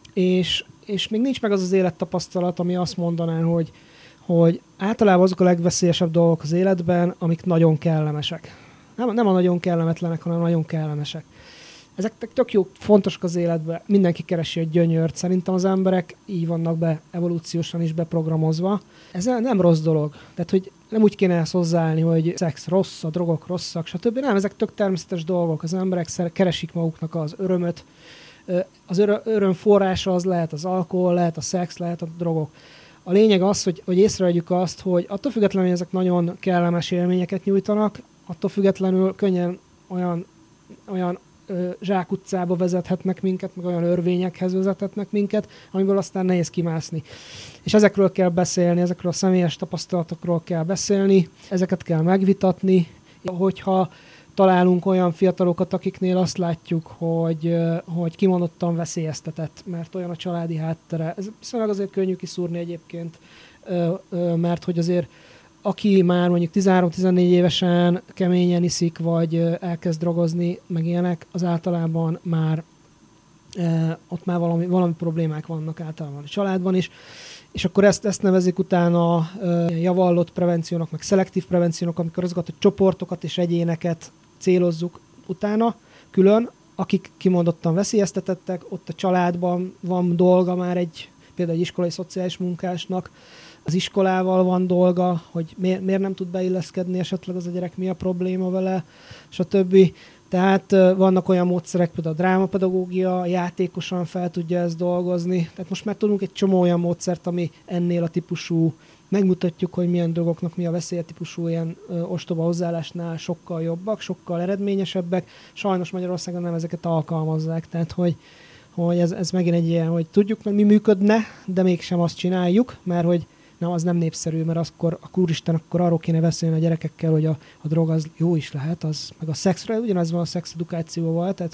és még nincs meg az az élettapasztalat, ami azt mondaná, hogy általában azok a legveszélyesebb dolgok az életben, amik nagyon kellemesek. Nem a nagyon kellemetlenek, hanem nagyon kellemesek. Ezek tök jó, fontosak az életben. Mindenki keresi a gyönyört. Szerintem az emberek így vannak evolúciósan is beprogramozva. Ez nem rossz dolog. Tehát, hogy nem úgy kéne ezt hozzáállni, hogy szex rossz, a drogok rosszak, stb. Nem, ezek tök természetes dolgok. Az emberek keresik maguknak az örömöt. Az öröm forrása az lehet az alkohol, lehet a szex, lehet a drogok. A lényeg az, hogy észrevegyük azt, hogy attól függetlenül, hogy ezek nagyon kellemes élményeket nyújtanak, attól függetlenül könnyen olyan zsákutcába vezethetnek minket, meg olyan örvényekhez vezethetnek minket, amiből aztán nehéz kimászni. És ezekről kell beszélni, ezekről a személyes tapasztalatokról kell beszélni, ezeket kell megvitatni, hogyha találunk olyan fiatalokat, akiknél azt látjuk, hogy kimondottan veszélyeztetett, mert olyan a családi háttere. Ez viszonylag azért könnyű kiszúrni egyébként, mert hogy azért aki már mondjuk 13-14 évesen keményen iszik, vagy elkezd drogozni, meg ilyenek, az általában már ott már valami problémák vannak általában a családban is. És akkor ezt nevezik utána javallott prevenciónak, meg szelektív prevenciónak, amikor azokat a csoportokat és egyéneket célozzuk utána külön, akik kimondottan veszélyeztetettek, ott a családban van dolga már például egy iskolai szociális munkásnak, az iskolával van dolga, hogy miért nem tud beilleszkedni esetleg az a gyerek, mi a probléma vele, stb. Tehát vannak olyan módszerek, például a drámapedagógia, játékosan fel tudja ezt dolgozni. Tehát most már tudunk egy csomó olyan módszert, ami ennél a típusú, megmutatjuk, hogy milyen dolgoknak mi a veszélye típusú ilyen ostoba hozzáállásnál sokkal jobbak, sokkal eredményesebbek. Sajnos Magyarországon nem ezeket alkalmazzák, tehát hogy ez megint egy ilyen, hogy tudjuk, mi működne, de mégsem azt csináljuk, mert hogy az nem népszerű, mert akkor úristen, akkor arról kéne beszélni a gyerekekkel, hogy a drog az jó is lehet, az, meg a szexről, ugyanaz van a szexedukációval, tehát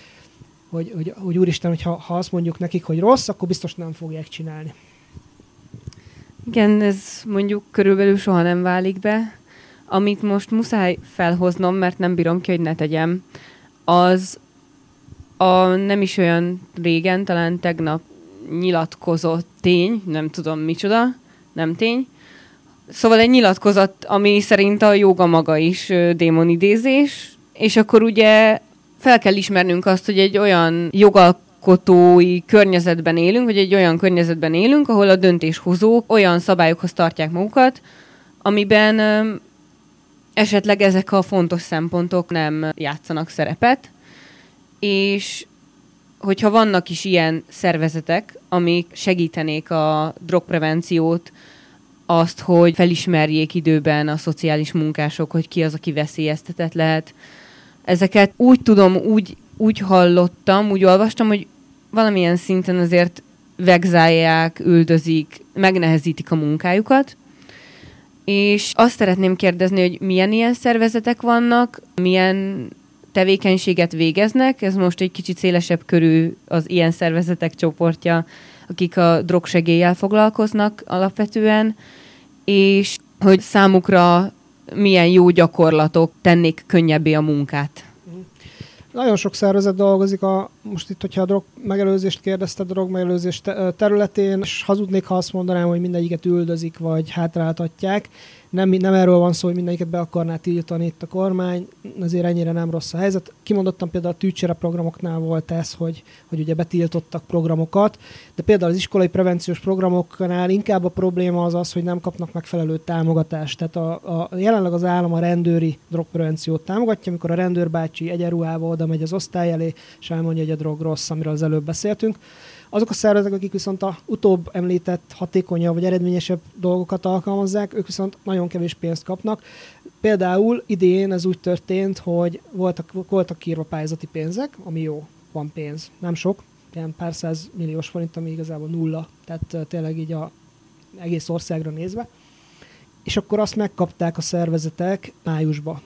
hogy úristen, hogy ha azt mondjuk nekik, hogy rossz, akkor biztos nem fogják csinálni. Igen, ez mondjuk körülbelül soha nem válik be. Amit most muszáj felhoznom, mert nem bírom ki, hogy ne tegyem, az nem is olyan régen, talán tegnap nyilatkozott tény, nem tudom micsoda, nem tény. Szóval egy nyilatkozat, ami szerint a jóga maga is démonidézés, és akkor ugye fel kell ismernünk azt, hogy egy olyan jogalkotói környezetben élünk, vagy egy olyan környezetben élünk, ahol a döntéshozók olyan szabályokhoz tartják magukat, amiben esetleg ezek a fontos szempontok nem játszanak szerepet, és hogyha vannak is ilyen szervezetek, amik segítenék a drogprevenciót, azt, hogy felismerjék időben a szociális munkások, hogy ki az, aki veszélyeztetett lehet. Ezeket úgy tudom, úgy hallottam, úgy olvastam, hogy valamilyen szinten azért vegzálják, üldözik, megnehezítik a munkájukat. És azt szeretném kérdezni, hogy milyen ilyen szervezetek vannak, milyen tevékenységet végeznek. Ez most egy kicsit szélesebb körű az ilyen szervezetek csoportja, akik a drogsegéllyel foglalkoznak alapvetően, és hogy számukra milyen jó gyakorlatok tennék könnyebbé a munkát. Nagyon sok szervezet dolgozik, most itt, hogyha a drogmegelőzést kérdezted, a drogmegelőzés területén, és hazudnék, ha azt mondanám, hogy mindegyiket üldözik, vagy hátráltatják. Nem erről van szó, hogy mindegyiket be akarná tiltani itt a kormány, azért ennyire nem rossz a helyzet. Kimondottan például a tűcsere programoknál volt ez, hogy ugye betiltottak programokat, de például az iskolai prevenciós programoknál inkább a probléma az, hogy nem kapnak megfelelő támogatást. Tehát jelenleg az állam a rendőri drogprevenciót támogatja, amikor a rendőrbácsi egyenruhával oda megy az osztály elé, és elmondja, hogy a drog rossz, amiről az előbb beszéltünk. Azok a szervezetek, akik viszont a utóbb említett hatékonyabb vagy eredményesebb dolgokat alkalmazzák, ők viszont nagyon kevés pénzt kapnak. Például idén ez úgy történt, hogy voltak kiírva pályázati pénzek, ami jó, van pénz, nem sok, ilyen pár 100 milliós forint, ami igazából nulla, tehát tényleg így egész országra nézve. És akkor azt megkapták a szervezetek májusba,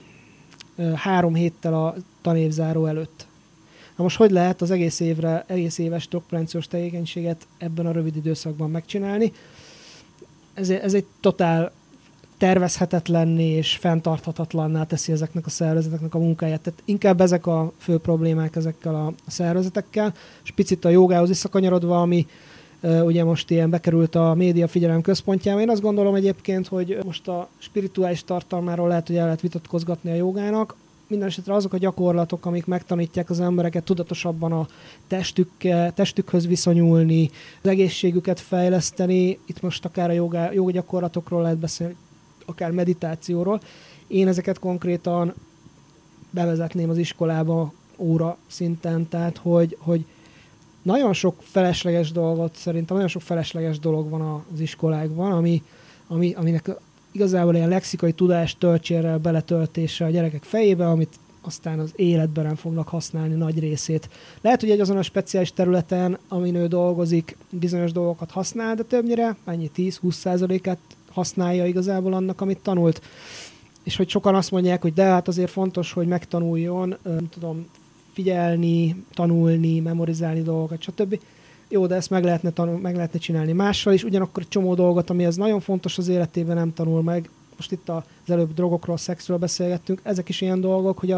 3 héttel a tanévzáró előtt. Na most hogy lehet az egész éves drogprevenciós tevékenységet ebben a rövid időszakban megcsinálni? Ez egy totál tervezhetetlenné és fenntarthatatlanná teszi ezeknek a szervezeteknek a munkáját. Tehát inkább ezek a fő problémák ezekkel a szervezetekkel, és picit a jogához visszakanyarodva, ami ugye most ilyen bekerült a média figyelem központjába. Én azt gondolom egyébként, hogy most a spirituális tartalmáról lehet, hogy el lehet vitatkozgatni a jogának. Minden esetre azok a gyakorlatok, amik megtanítják az embereket tudatosabban a testükhöz viszonyulni, az egészségüket fejleszteni, itt most akár a joga gyakorlatokról lehet beszélni, akár meditációról. Én ezeket konkrétan bevezetném az iskolába óra szinten, tehát hogy nagyon sok felesleges dolgot, szerintem nagyon sok felesleges dolog van az iskolákban, aminek igazából ilyen lexikai tudás töltsérrel beletöltése a gyerekek fejébe, amit aztán az életben nem fognak használni nagy részét. Lehet, hogy egy azon a speciális területen, amin ő dolgozik, bizonyos dolgokat használ, de többnyire 10-20%-át használja igazából annak, amit tanult. És hogy sokan azt mondják, hogy de hát azért fontos, hogy megtanuljon, figyelni, tanulni, memorizálni dolgokat, stb. Jó, de ezt meg lehetne csinálni mással is, ugyanakkor egy csomó dolgot, ami ez nagyon fontos az életében, nem tanul meg. Most itt az előbb drogokról, szexről beszélgettünk, ezek is ilyen dolgok, hogy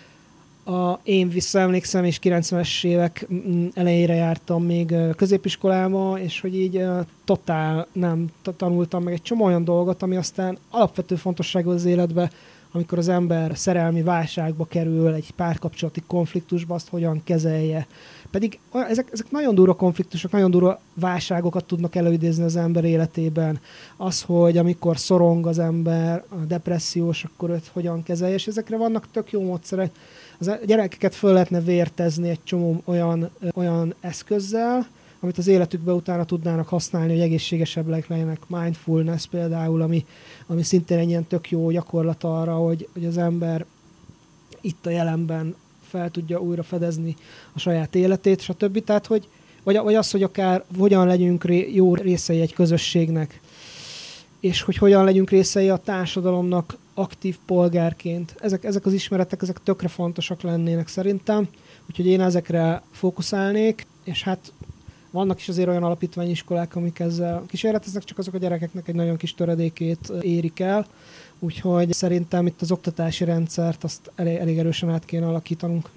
én visszaemlékszem, és 90-es évek elejére jártam még középiskolába, és hogy így totál nem tanultam meg egy csomó olyan dolgot, ami aztán alapvető fontosságú az életbe, amikor az ember szerelmi válságba kerül, egy párkapcsolati konfliktusba, azt hogyan kezelje. Pedig ezek nagyon durva konfliktusok, nagyon durva válságokat tudnak előidézni az ember életében. Az, hogy amikor szorong az ember, a depressziós, akkor őt hogyan kezelje, és ezekre vannak tök jó módszerek. A gyerekeket föl lehetne vértezni egy csomó olyan eszközzel, amit az életükben utána tudnának használni, hogy egészségesebbek legyenek. Mindfulness például, ami szintén egy ilyen tök jó gyakorlat arra, hogy az ember itt a jelenben fel tudja újra fedezni a saját életét, stb. Tehát, vagy az, hogy akár hogyan legyünk jó részei egy közösségnek, és hogy hogyan legyünk részei a társadalomnak aktív polgárként. Ezek az ismeretek, ezek tökre fontosak lennének szerintem, úgyhogy én ezekre fókuszálnék, és hát vannak is azért olyan alapítványiskolák, amik ezzel kísérleteznek, csak azok a gyerekeknek egy nagyon kis töredékét érik el, úgyhogy szerintem itt az oktatási rendszert azt elég erősen át kéne alakítanunk.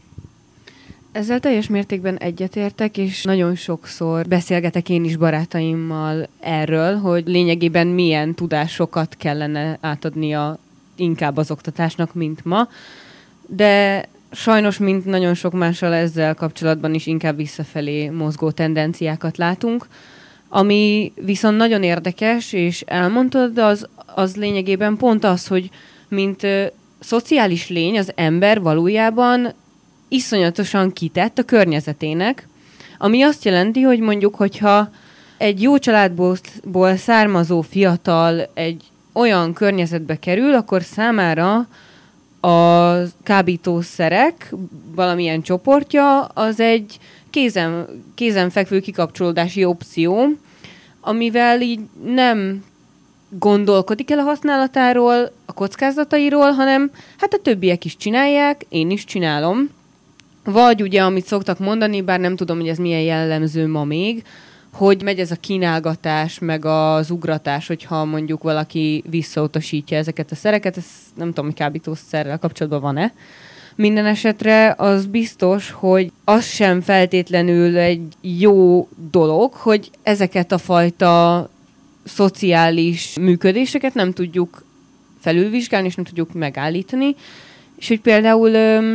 Ezzel teljes mértékben egyetértek, és nagyon sokszor beszélgetek én is barátaimmal erről, hogy lényegében milyen tudásokat kellene átadnia inkább az oktatásnak, mint ma, de sajnos, mint nagyon sok mással ezzel kapcsolatban is inkább visszafelé mozgó tendenciákat látunk. Ami viszont nagyon érdekes, és elmondtad, az lényegében pont az, hogy mint szociális lény az ember valójában iszonyatosan kitett a környezetének, ami azt jelenti, hogy mondjuk, hogyha egy jó családból származó fiatal egy olyan környezetbe kerül, akkor számára a kábítószerek valamilyen csoportja az egy kézenfekvő kikapcsolódási opció, amivel így nem gondolkodik el a használatáról, a kockázatairól, hanem hát a többiek is csinálják, én is csinálom. Vagy ugye, amit szoktak mondani, bár nem tudom, hogy ez milyen jellemző ma még, hogy megy ez a kínálgatás, meg az ugratás, hogyha mondjuk valaki visszautasítja ezeket a szereket, ez nem tudom, hogy kábítószerrel kapcsolatban van-e. Minden esetre az biztos, hogy az sem feltétlenül egy jó dolog, hogy ezeket a fajta szociális működéseket nem tudjuk felülvizsgálni, és nem tudjuk megállítani. És hogy például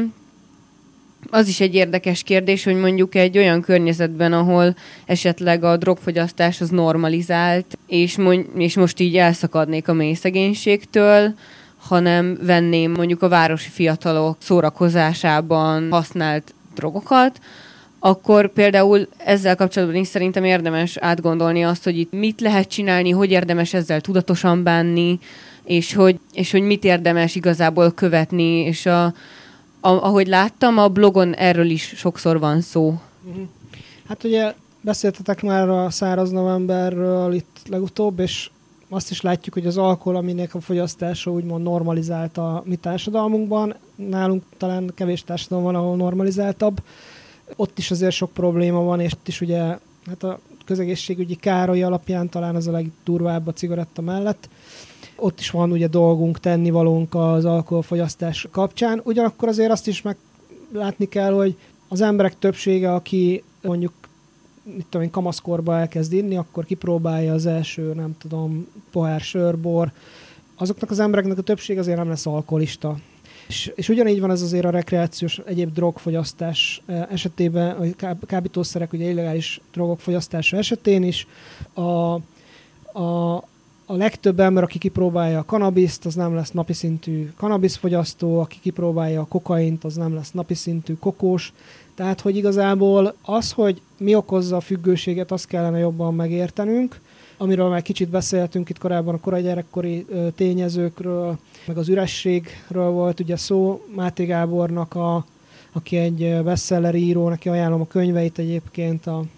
az is egy érdekes kérdés, hogy mondjuk egy olyan környezetben, ahol esetleg a drogfogyasztás az normalizált, és most így elszakadnék a mély szegénységtől, hanem venném mondjuk a városi fiatalok szórakozásában használt drogokat, akkor például ezzel kapcsolatban is szerintem érdemes átgondolni azt, hogy itt mit lehet csinálni, hogy érdemes ezzel tudatosan bánni, és hogy mit érdemes igazából követni, és ahogy láttam, a blogon erről is sokszor van szó. Hát ugye beszéltetek már a száraz novemberről itt legutóbb, és azt is látjuk, hogy az alkohol, aminek a fogyasztása úgymond normalizált a mi társadalmunkban. Nálunk talán kevés társadalom van, ahol normalizáltabb. Ott is azért sok probléma van, és ott is ugye hát a közegészségügyi kárai alapján talán az a legdurvább a cigaretta mellett. Ott is van ugye dolgunk, tennivalónk az alkoholfogyasztás kapcsán. Ugyanakkor azért azt is meglátni kell, hogy az emberek többsége, aki mondjuk kamaszkorba elkezd inni, akkor kipróbálja az első, nem tudom, pohár sör, azoknak az embereknek a többség azért nem lesz alkoholista. És ugyanígy van ez azért a rekreációs egyéb drogfogyasztás esetében, vagy kábítószerek, ugye illegális drogok fogyasztása esetén is. a legtöbb ember, aki kipróbálja a kannabiszt, az nem lesz napi szintű kannabiszfogyasztó, aki kipróbálja a kokaint, az nem lesz napi szintű kokós. Tehát, hogy igazából az, hogy mi okozza a függőséget, azt kellene jobban megértenünk, amiről már kicsit beszéltünk itt korábban a korai gyerekkori tényezőkről, meg az ürességről volt ugye szó. Máté Gábornak, aki egy bestseller író, neki ajánlom a könyveit egyébként, a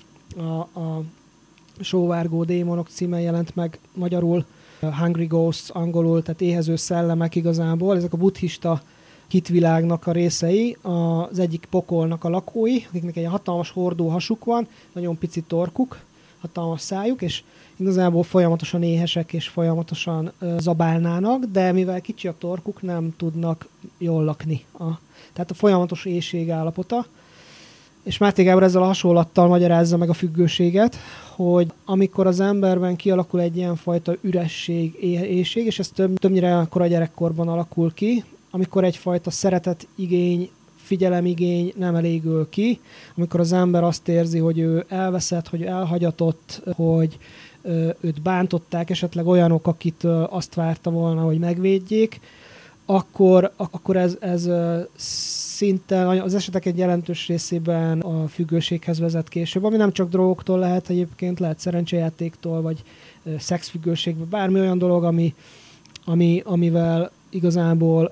Sóvárgó démonok címen jelent meg magyarul, Hungry Ghosts angolul, tehát éhező szellemek igazából. Ezek a buddhista hitvilágnak a részei, az egyik pokolnak a lakói, akiknek egy hatalmas hordó hasuk van, nagyon pici torkuk, hatalmas szájuk, és igazából folyamatosan éhesek és folyamatosan zabálnának, de mivel kicsi a torkuk, nem tudnak jól lakni. Tehát a folyamatos éhség állapota. És Máté Gábor ezzel a hasonlattal magyarázza meg a függőséget, hogy amikor az emberben kialakul egy ilyen fajta üresség, éhség, és ez többnyire korai gyerekkorban alakul ki, amikor egyfajta szeretetigény, figyelemigény nem elégül ki, amikor az ember azt érzi, hogy ő elveszett, hogy elhagyatott, hogy őt bántották, esetleg olyanok, akit azt várta volna, hogy megvédjék, akkor ez szinte az esetek egy jelentős részében a függőséghez vezet később, ami nem csak drogoktól lehet egyébként, lehet szerencsejátéktól, vagy szexfüggőségből, bármi olyan dolog, amivel igazából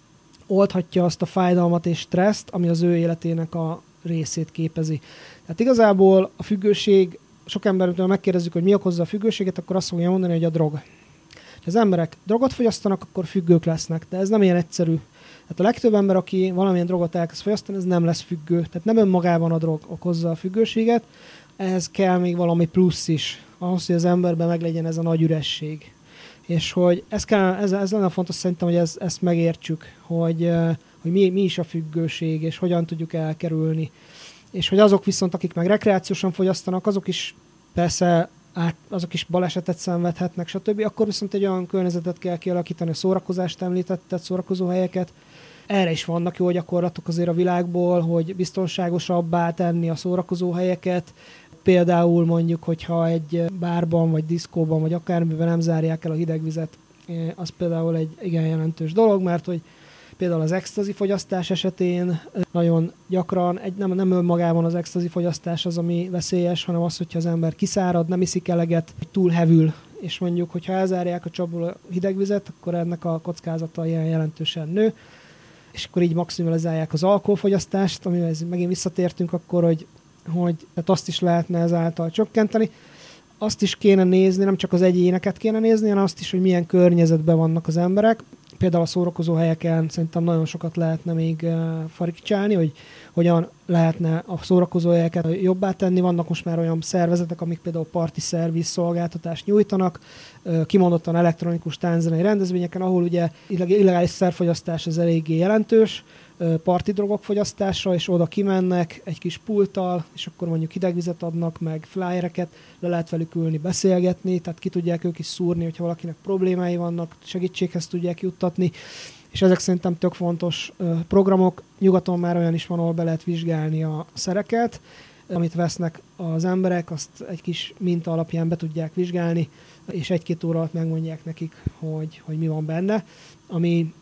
oldhatja azt a fájdalmat és stresszt, ami az ő életének a részét képezi. Tehát igazából a függőség, sok embertől megkérdezzük, hogy mi okozza a függőséget, akkor azt fogja mondani, hogy a drog. Ha az emberek drogot fogyasztanak, akkor függők lesznek, de ez nem ilyen egyszerű. Tehát a legtöbb ember, aki valamilyen drogot elkezd fogyasztani, ez nem lesz függő. Tehát nem önmagában a drog okozza a függőséget, ehhez kell még valami plusz is, ahhoz, hogy az emberben meglegyen ez a nagy üresség. És hogy ez lenne fontos szerintem, hogy ezt megértsük, hogy mi is a függőség, és hogyan tudjuk elkerülni. És hogy azok viszont, akik meg rekreációsan fogyasztanak, azok is persze azok is balesetet szenvedhetnek, stb. Akkor viszont egy olyan környezetet kell kialakítani, a szórakozást említetted, szórakozóhelyeket. Erre is vannak jó gyakorlatok azért a világból, hogy biztonságosabbá tenni a szórakozóhelyeket. Például mondjuk, hogyha egy bárban, vagy diszkóban, vagy akármiben nem zárják el a hidegvizet, az például egy igen jelentős dolog, mert hogy például az extazi fogyasztás esetén nagyon gyakran, nem önmagában az extazi fogyasztás az, ami veszélyes, hanem az, hogyha az ember kiszárad, nem iszik eleget, túl hevül, és mondjuk, hogyha elzárják a csapból a hidegvizet, akkor ennek a kockázata ilyen jelentősen nő, és akkor így maximalizálják az alkoholfogyasztást, amivel megint visszatértünk akkor, hogy tehát azt is lehetne ezáltal csökkenteni. Azt is kéne nézni, nem csak az egyéneket kéne nézni, hanem azt is, hogy milyen környezetben vannak az emberek. Például a szórakozóhelyeken szerintem nagyon sokat lehetne még farigcsálni, hogy hogyan lehetne a szórakozóhelyeket jobbá tenni. Vannak most már olyan szervezetek, amik például party service szolgáltatást nyújtanak, kimondottan elektronikus tánczenei rendezvényeken, ahol ugye illegális szerfogyasztás az eléggé jelentős, parti drogok fogyasztása, és oda kimennek egy kis pulttal, és akkor mondjuk hidegvizet adnak, meg flyereket, le lehet velük ülni, beszélgetni, tehát ki tudják ők is szúrni, hogyha valakinek problémái vannak, segítséghez tudják juttatni, és ezek szerintem tök fontos programok. Nyugaton már olyan is van, ahol be lehet vizsgálni a szereket, amit vesznek az emberek, azt egy kis minta alapján be tudják vizsgálni, és 1-2 óra alatt megmondják nekik, hogy mi van benne, ami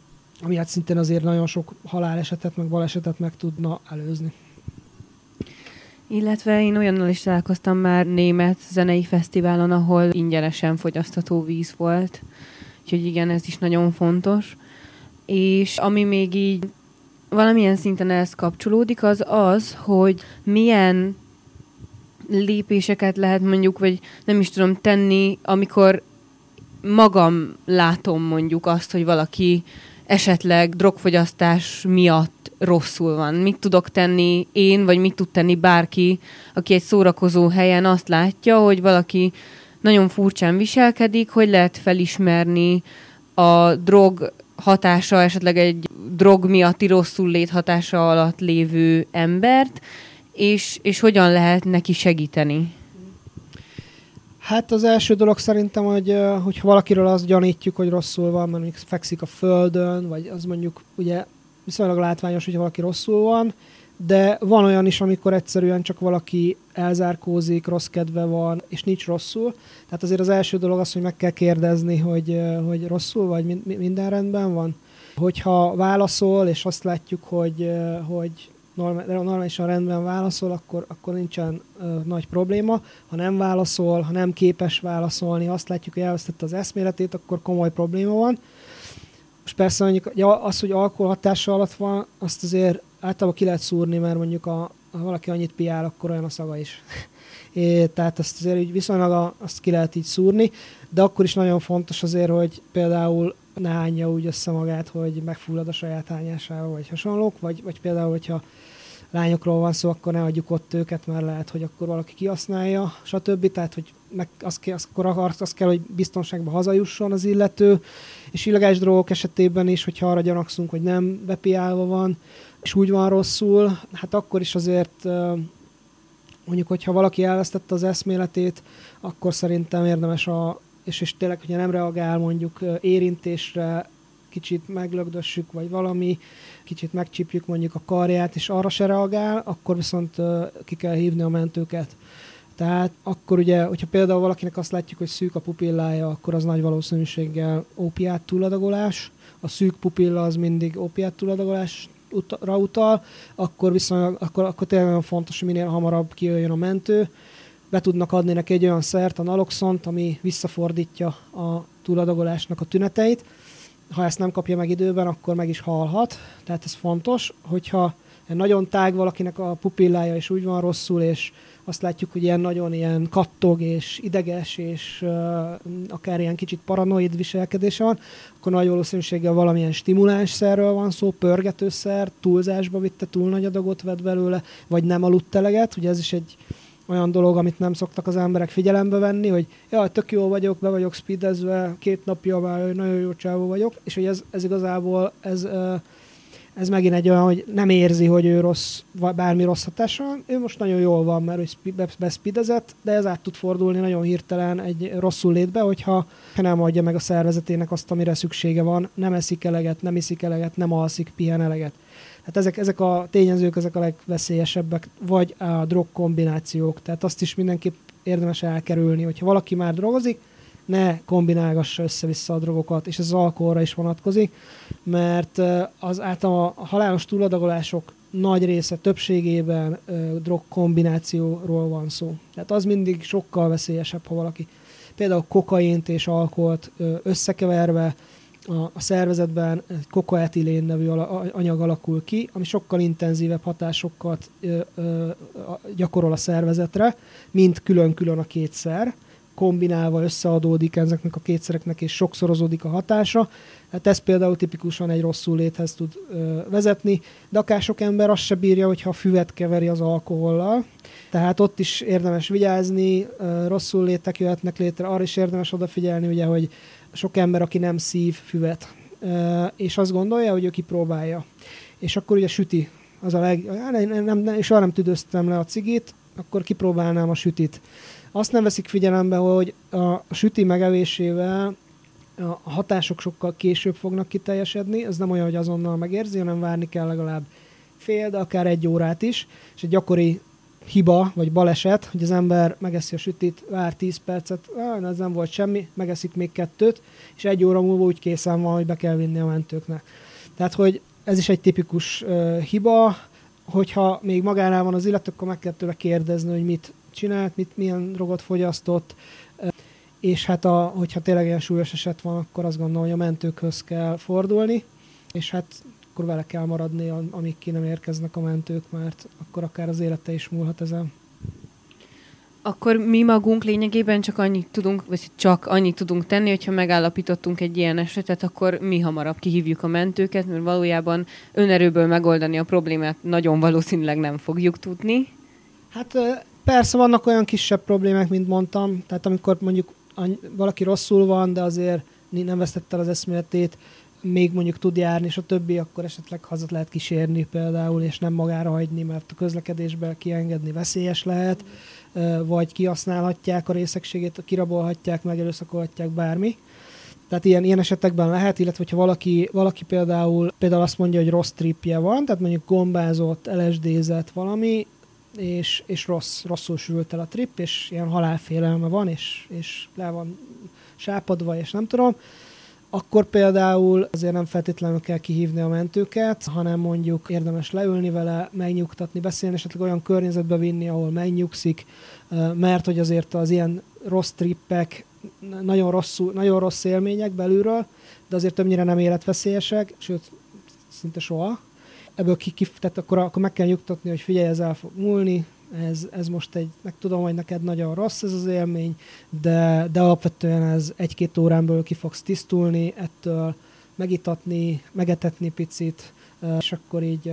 hát szintén azért nagyon sok halálesetet, meg balesetet meg tudna előzni. Illetve én olyannal is találkoztam már német zenei fesztiválon, ahol ingyenesen fogyasztható víz volt. Úgyhogy igen, ez is nagyon fontos. És ami még így valamilyen szinten ehhez kapcsolódik, az, hogy milyen lépéseket lehet mondjuk, vagy nem is tudom tenni, amikor magam látom mondjuk azt, hogy valaki esetleg drogfogyasztás miatt rosszul van. Mit tudok tenni én, vagy mit tud tenni bárki, aki egy szórakozó helyen azt látja, hogy valaki nagyon furcsán viselkedik, hogy lehet felismerni a drog hatása, esetleg egy drog miatti rosszul lét hatása alatt lévő embert, és hogyan lehet neki segíteni? Hát az első dolog szerintem, hogyha valakiről azt gyanítjuk, hogy rosszul van, mert mondjuk fekszik a földön, vagy az mondjuk ugye viszonylag látványos, hogy valaki rosszul van, de van olyan is, amikor egyszerűen csak valaki elzárkózik, rossz kedve van, és nincs rosszul. Tehát azért az első dolog az, hogy meg kell kérdezni, hogy rosszul vagy, minden rendben van. Hogyha válaszol, és azt látjuk, hogy normálisan rendben válaszol, akkor nincsen nagy probléma. Ha nem válaszol, ha nem képes válaszolni, azt látjuk, hogy elvesztette az eszméletét, akkor komoly probléma van. Most persze mondjuk az, hogy alkohol hatása alatt van, azt azért általában ki lehet szúrni, mert mondjuk ha valaki annyit piál, akkor olyan a szaga is. Tehát azt azért viszonylag azt ki lehet így szúrni, de akkor is nagyon fontos azért, hogy például ne hányja úgy össze magát, hogy megfullad a saját hányásával, vagy hasonlók, vagy például, hogyha lányokról van szó, akkor ne adjuk ott őket, mert lehet, hogy akkor valaki kihasználja, stb. Tehát, hogy azt kell, hogy biztonságban hazajusson az illető, és illegális drogok esetében is, hogyha arra gyanakszunk, hogy nem bepiálva van, és úgy van rosszul, hát akkor is azért mondjuk, hogyha valaki elvesztette az eszméletét, akkor szerintem érdemes és tényleg, hogyha nem reagál mondjuk érintésre, kicsit meglögdössük, vagy valami, kicsit megcsípjük mondjuk a karját, és arra se reagál, akkor viszont ki kell hívni a mentőket. Tehát akkor ugye, hogyha például valakinek azt látjuk, hogy szűk a pupillája, akkor az nagy valószínűséggel ópiát túladagolás. A szűk pupilla az mindig ópiát túladagolásra utal, akkor viszont akkor tényleg nagyon fontos, hogy minél hamarabb kijöjjön a mentő. Be tudnak adni neki egy olyan szert, a naloxont, ami visszafordítja a túladagolásnak a tüneteit. Ha ezt nem kapja meg időben, akkor meg is halhat. Tehát ez fontos, hogyha nagyon tág valakinek a pupillája, és úgy van rosszul, és azt látjuk, hogy nagyon ilyen kattog, és ideges, és akár ilyen kicsit paranoid viselkedése van, akkor nagy valószínűséggel valamilyen stimulánszerről van szó, pörgetőszer, túlzásba vitte, túl nagy adagot vett belőle, vagy nem aludt eleget. Ugye ez is egy olyan dolog, amit nem szoktak az emberek figyelembe venni, hogy jaj, tök jó vagyok, be vagyok speedezve, 2 napja már nagyon jó csávó vagyok, és hogy ez igazából, ez megint egy olyan, hogy nem érzi, hogy ő bármi rossz hatása van. Ő most nagyon jól van, mert ő bespeedezett, de ez át tud fordulni nagyon hirtelen egy rosszul létbe, hogyha nem adja meg a szervezetének azt, amire szüksége van, nem eszik eleget, nem iszik eleget, nem alszik, pihen eleget. Hát ezek a tényezők, ezek a legveszélyesebbek, vagy a drogkombinációk. Tehát azt is mindenképp érdemes elkerülni, hogyha valaki már drogozik, ne kombinálgassa össze-vissza a drogokat, és ez az alkoholra is vonatkozik, mert az általában a halálos túladagolások nagy része, többségében drogkombinációról van szó. Tehát az mindig sokkal veszélyesebb, ha valaki például kokaint és alkoholt összekeverve a szervezetben kokaetilén nevű anyag alakul ki, ami sokkal intenzívebb hatásokat gyakorol a szervezetre, mint külön-külön a két szer. Kombinálva összeadódik ezeknek a kétszereknek, és sokszorozódik a hatása. Hát ez például tipikusan egy rosszul léthez tud vezetni, de akár sok ember azt se bírja, hogyha a füvet keveri az alkohollal. Tehát ott is érdemes vigyázni, rosszul létek jöhetnek létre, arra is érdemes odafigyelni, ugye, hogy sok ember, aki nem szív füvet, és azt gondolja, hogy ő kipróbálja. És akkor ugye süti, az a és arra nem tüdőztem le a cigit, akkor kipróbálnám a sütit. Azt nem veszik figyelembe, hogy a süti megevésével a hatások sokkal később fognak kiteljesedni, ez nem olyan, hogy azonnal megérzi, hanem várni kell legalább fél, de akár 1 órát is, és egy gyakori hiba, vagy baleset, hogy az ember megeszi a sütit, vár 10 percet, ez nem volt semmi, megeszik még 2, és 1 óra múlva úgy készen van, hogy be kell vinni a mentőknek. Tehát, hogy ez is egy tipikus hiba, hogyha még magánál van az illető, akkor meg kell tőle kérdezni, hogy mit csinált, milyen drogot fogyasztott, és hát hogyha tényleg ilyen súlyos eset van, akkor azt gondolom, hogy a mentőkhöz kell fordulni, és hát akkor vele kell maradni, amíg ki nem érkeznek a mentők, mert akkor akár az élete is múlhat ezen. Akkor mi magunk lényegében csak annyit tudunk tenni, hogyha megállapítottunk egy ilyen esetet, akkor mi hamarabb kihívjuk a mentőket, mert valójában önerőből megoldani a problémát nagyon valószínűleg nem fogjuk tudni. Hát persze vannak olyan kisebb problémák, mint mondtam, tehát amikor mondjuk valaki rosszul van, de azért nem vesztette el az eszméletét, még mondjuk tud járni, és a többi, akkor esetleg haza lehet kísérni például, és nem magára hagyni, mert a közlekedésbe kiengedni veszélyes lehet, vagy kihasználhatják a részegségét, kirabolhatják, megerőszakolhatják, bármi. Tehát ilyen esetekben lehet, illetve hogyha valaki például azt mondja, hogy rossz tripje van, tehát mondjuk gombázott, LSD-zett valami, és rosszul sült el a trip, és ilyen halálfélelme van, és le van sápadva, és nem tudom, akkor például azért nem feltétlenül kell kihívni a mentőket, hanem mondjuk érdemes leülni vele, megnyugtatni, beszélni, esetleg olyan környezetbe vinni, ahol megnyugszik, mert hogy azért az ilyen rossz trippek nagyon rossz élmények belülről, de azért többnyire nem életveszélyesek, sőt, szinte soha. Ebből tehát akkor meg kell nyugtatni, hogy figyelj, ez el fog múlni, ez most meg tudom, hogy neked nagyon rossz ez az élmény, de alapvetően ez 1-2 órán belül ki fogsz tisztulni, ettől megitatni, megetetni picit, és akkor így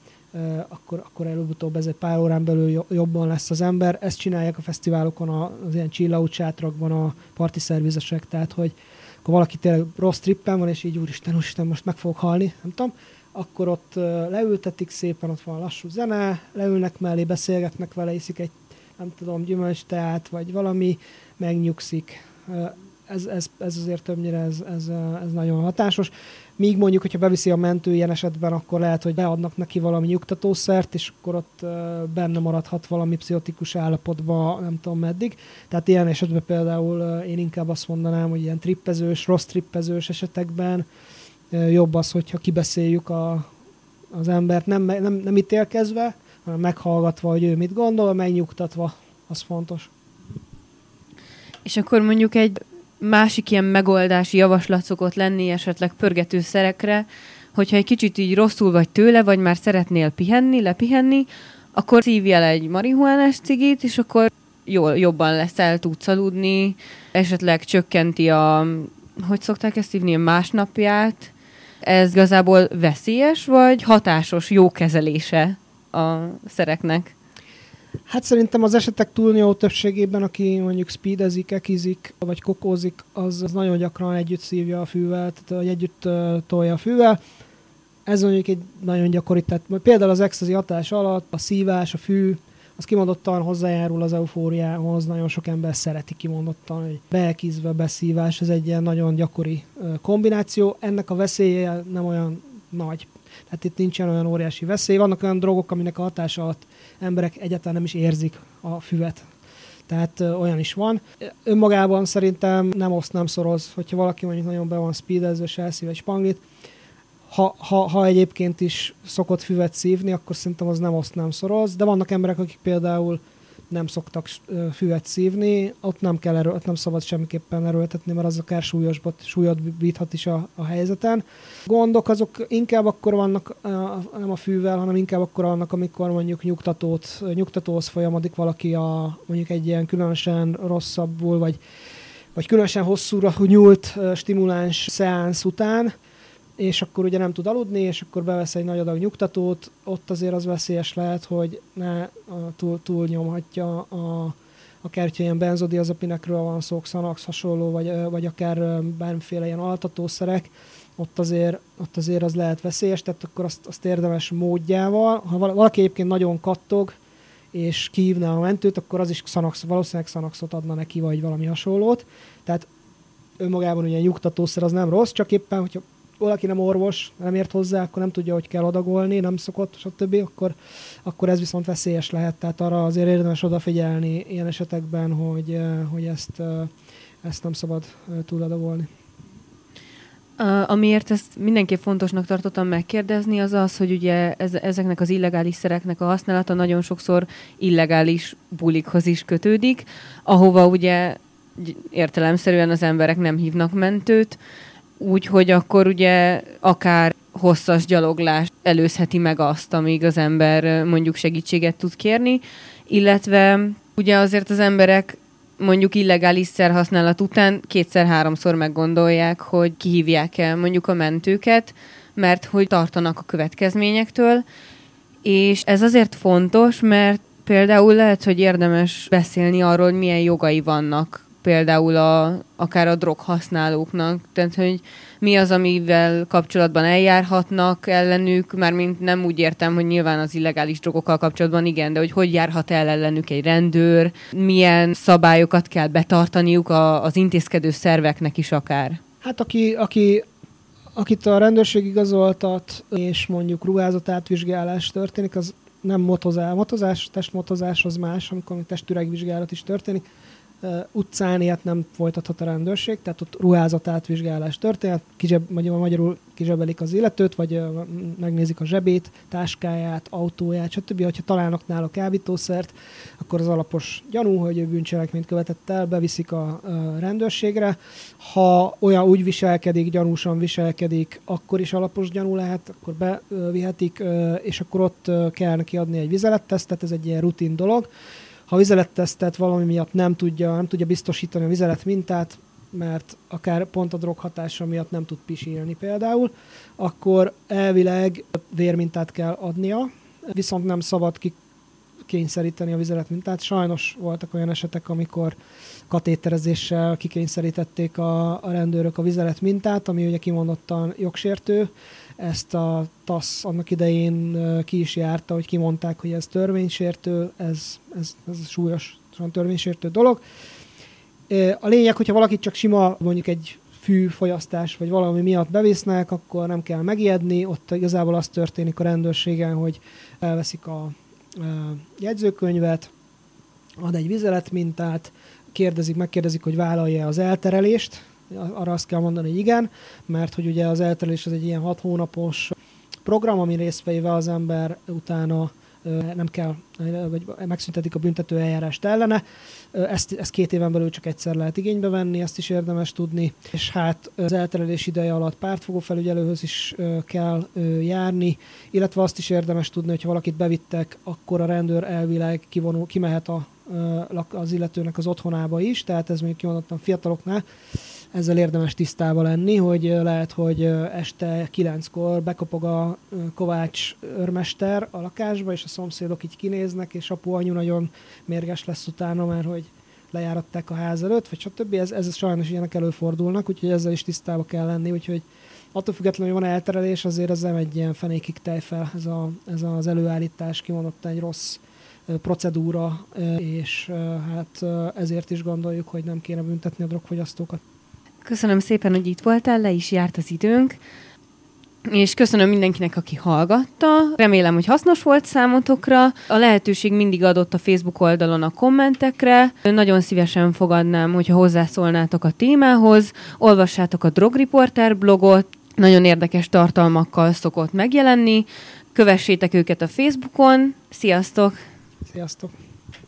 akkor előbb-utóbb ez egy pár órán belül jobban lesz az ember. Ezt csinálják a fesztiválokon, az ilyen chill out sátrakban a parti szervizesek, tehát hogy akkor valaki tényleg rossz trippen van, és így úristen, most meg fogok halni, nem tudom, akkor ott leültetik szépen, ott van lassú zene, leülnek mellé, beszélgetnek vele, iszik egy, nem tudom, gyümölcsteát, vagy valami, megnyugszik. Ez azért többnyire ez nagyon hatásos. Míg mondjuk, hogyha beviszi a mentő ilyen esetben, akkor lehet, hogy beadnak neki valami nyugtatószert, és akkor ott benne maradhat valami pszichotikus állapotba, nem tudom meddig. Tehát ilyen esetben például én inkább azt mondanám, hogy ilyen trippezős, rossz trippezős esetekben jobb az, hogyha kibeszéljük az embert, nem ítélkezve, hanem meghallgatva, hogy ő mit gondol, megnyugtatva, az fontos. És akkor mondjuk egy másik ilyen megoldási javaslat szokott lenni esetleg pörgetőszerekre, hogyha egy kicsit így rosszul vagy tőle, vagy már szeretnél lepihenni, akkor szívj el egy marihuánás cigit, és akkor jobban lesz, el tudsz aludni, esetleg csökkenti hogy szokták ezt hívni, a másnapját. Ez igazából veszélyes, vagy hatásos, jó kezelése a szereknek? Hát szerintem az esetek túlnyomó többségében, aki mondjuk speedezik, ekizik, vagy kokózik, az nagyon gyakran együtt szívja a fűvel, tehát együtt tolja a fűvel. Ez mondjuk egy nagyon gyakori, tehát például az ecstasy hatás alatt a szívás, a fű, az kimondottan hozzájárul az eufóriához, nagyon sok ember szereti kimondottan, hogy beekizve, beszívás, ez egy ilyen nagyon gyakori kombináció. Ennek a veszélye nem olyan nagy. Tehát itt nincsen olyan óriási veszély. Vannak olyan drogok, aminek a hatása alatt emberek egyáltalán nem is érzik a füvet. Tehát olyan is van. Önmagában szerintem nem oszt, nem szoroz, hogyha valaki mondjuk nagyon be van speedezve, és elszív egy spanglit. Ha egyébként is szokott füvet szívni, akkor szerintem az nem oszt, nem szoroz. De vannak emberek, akik például nem szoktak füvet szívni, ott nem szabad semmiképpen erőltetni, mert az akár súlyosbíthat is a helyzeten. Gondok azok inkább akkor vannak, nem a fűvel, hanem inkább akkor vannak, amikor mondjuk nyugtatóhoz folyamodik valaki mondjuk egy ilyen különösen rosszabbul, vagy különösen hosszúra nyúlt stimuláns szeánsz után, és akkor ugye nem tud aludni, és akkor bevesz egy nagy adag nyugtatót, ott azért az veszélyes lehet, hogy túl nyomhatja akár, hogyha ilyen benzodiazepinekről van szó, Xanax hasonló, vagy akár bármiféle ilyen altatószerek, ott azért az lehet veszélyes, tehát akkor azt érdemes módjával. Ha valaki egyébként nagyon kattog, és kihívná a mentőt, akkor az is valószínűleg Xanaxot adna neki, vagy valami hasonlót. Tehát önmagában ugye nyugtatószer az nem rossz, csak éppen, hogyha valaki nem orvos, nem ért hozzá, akkor nem tudja, hogy kell adagolni, nem szokott, stb., akkor ez viszont veszélyes lehet. Tehát arra azért érdemes odafigyelni ilyen esetekben, hogy ezt nem szabad túladagolni. Amiért ezt mindenképp fontosnak tartottam megkérdezni, az az, hogy ugye ezeknek az illegális szereknek a használata nagyon sokszor illegális bulikhoz is kötődik, ahova ugye értelemszerűen az emberek nem hívnak mentőt, úgyhogy akkor ugye akár hosszas gyaloglás előzheti meg azt, amíg az ember mondjuk segítséget tud kérni, illetve ugye azért az emberek mondjuk illegális szerhasználat után 2-3-szor meggondolják, hogy kihívják-e mondjuk a mentőket, mert hogy tartanak a következményektől, és ez azért fontos, mert például lehet, hogy érdemes beszélni arról, hogy milyen jogai vannak például akár a droghasználóknak, tehát hogy mi az, amivel kapcsolatban eljárhatnak ellenük, mármint nem úgy értem, hogy nyilván az illegális drogokkal kapcsolatban igen, de hogy járhat el ellenük egy rendőr, milyen szabályokat kell betartaniuk az intézkedő szerveknek is akár. Hát akit a rendőrség igazoltat, és mondjuk ruházat átvizsgálás történik, az nem motozás, testmotozás az más, amikor testüregvizsgálat is történik. Utcán ilyet nem folytathat a rendőrség, tehát ott ruházat átvizsgálás történik, magyarul kizsebelik az illetőt, vagy megnézik a zsebét, táskáját, autóját, stb. Ha találnak nála kábítószert, akkor az alapos gyanú, hogy ő bűncselekményt követett el, beviszik a rendőrségre. Ha olyan úgy viselkedik, gyanúsan viselkedik, akkor is alapos gyanú lehet, akkor bevihetik, és akkor ott kell neki adni egy vizelettesztet, ez egy ilyen rutin dolog. Ha a vizelettesztet valami miatt nem tudja biztosítani a vizelet mintát, mert akár pont a drog hatása miatt nem tud pisilni például, akkor elvileg vérmintát kell adnia, viszont nem szabad kikényszeríteni a vizeletmintát. Sajnos voltak olyan esetek, amikor katéterezéssel kikényszerítették a rendőrök a vizeletmintát, ami ugye kimondottan jogsértő. Ezt a TASZ annak idején ki is járta, hogy kimondták, hogy ez törvénysértő, ez súlyos törvénysértő dolog. A lényeg, hogyha valakit csak sima, mondjuk egy fűfogyasztás, vagy valami miatt bevisznek, akkor nem kell megijedni. Ott igazából az történik a rendőrségen, hogy elveszik a jegyzőkönyvet, ad egy vizeletmintát, megkérdezik, hogy vállalja az elterelést. Arra azt kell mondani, hogy igen, mert hogy ugye az elterelés az egy ilyen 6 hónapos program, ami résztveivel az ember utána nem kell, vagy megszüntetik a büntető eljárást ellene. Ezt 2 éven belül csak egyszer lehet igénybe venni, ezt is érdemes tudni. És hát az elterelés ideje alatt pártfogófelügyelőhöz is kell járni, illetve azt is érdemes tudni, hogy ha valakit bevittek, akkor a rendőr elvileg kimehet az illetőnek az otthonába is, tehát ez még kimondottan fiataloknál. Ezzel érdemes tisztában lenni, hogy lehet, hogy este 9-kor bekopog a Kovács őrmester a lakásba, és a szomszédok így kinéznek, és apu-anyu nagyon mérges lesz utána, mert hogy lejáratták a ház előtt, vagy stb. Ez sajnos ilyenek előfordulnak, úgyhogy ezzel is tisztában kell lenni, úgyhogy attól függetlenül, hogy van elterelés, azért ez nem egy ilyen fenékig tejfel, ez az előállítás kimondottan egy rossz procedúra, és hát ezért is gondoljuk, hogy nem kéne büntetni a drogfogyasztókat. Köszönöm szépen, hogy itt voltál, le is járt az időnk, és köszönöm mindenkinek, aki hallgatta. Remélem, hogy hasznos volt számotokra. A lehetőség mindig adott a Facebook oldalon a kommentekre. Nagyon szívesen fogadnám, hogyha hozzászólnátok a témához. Olvassátok a Drog Reporter blogot, nagyon érdekes tartalmakkal szokott megjelenni. Kövessétek őket a Facebookon. Sziasztok! Sziasztok!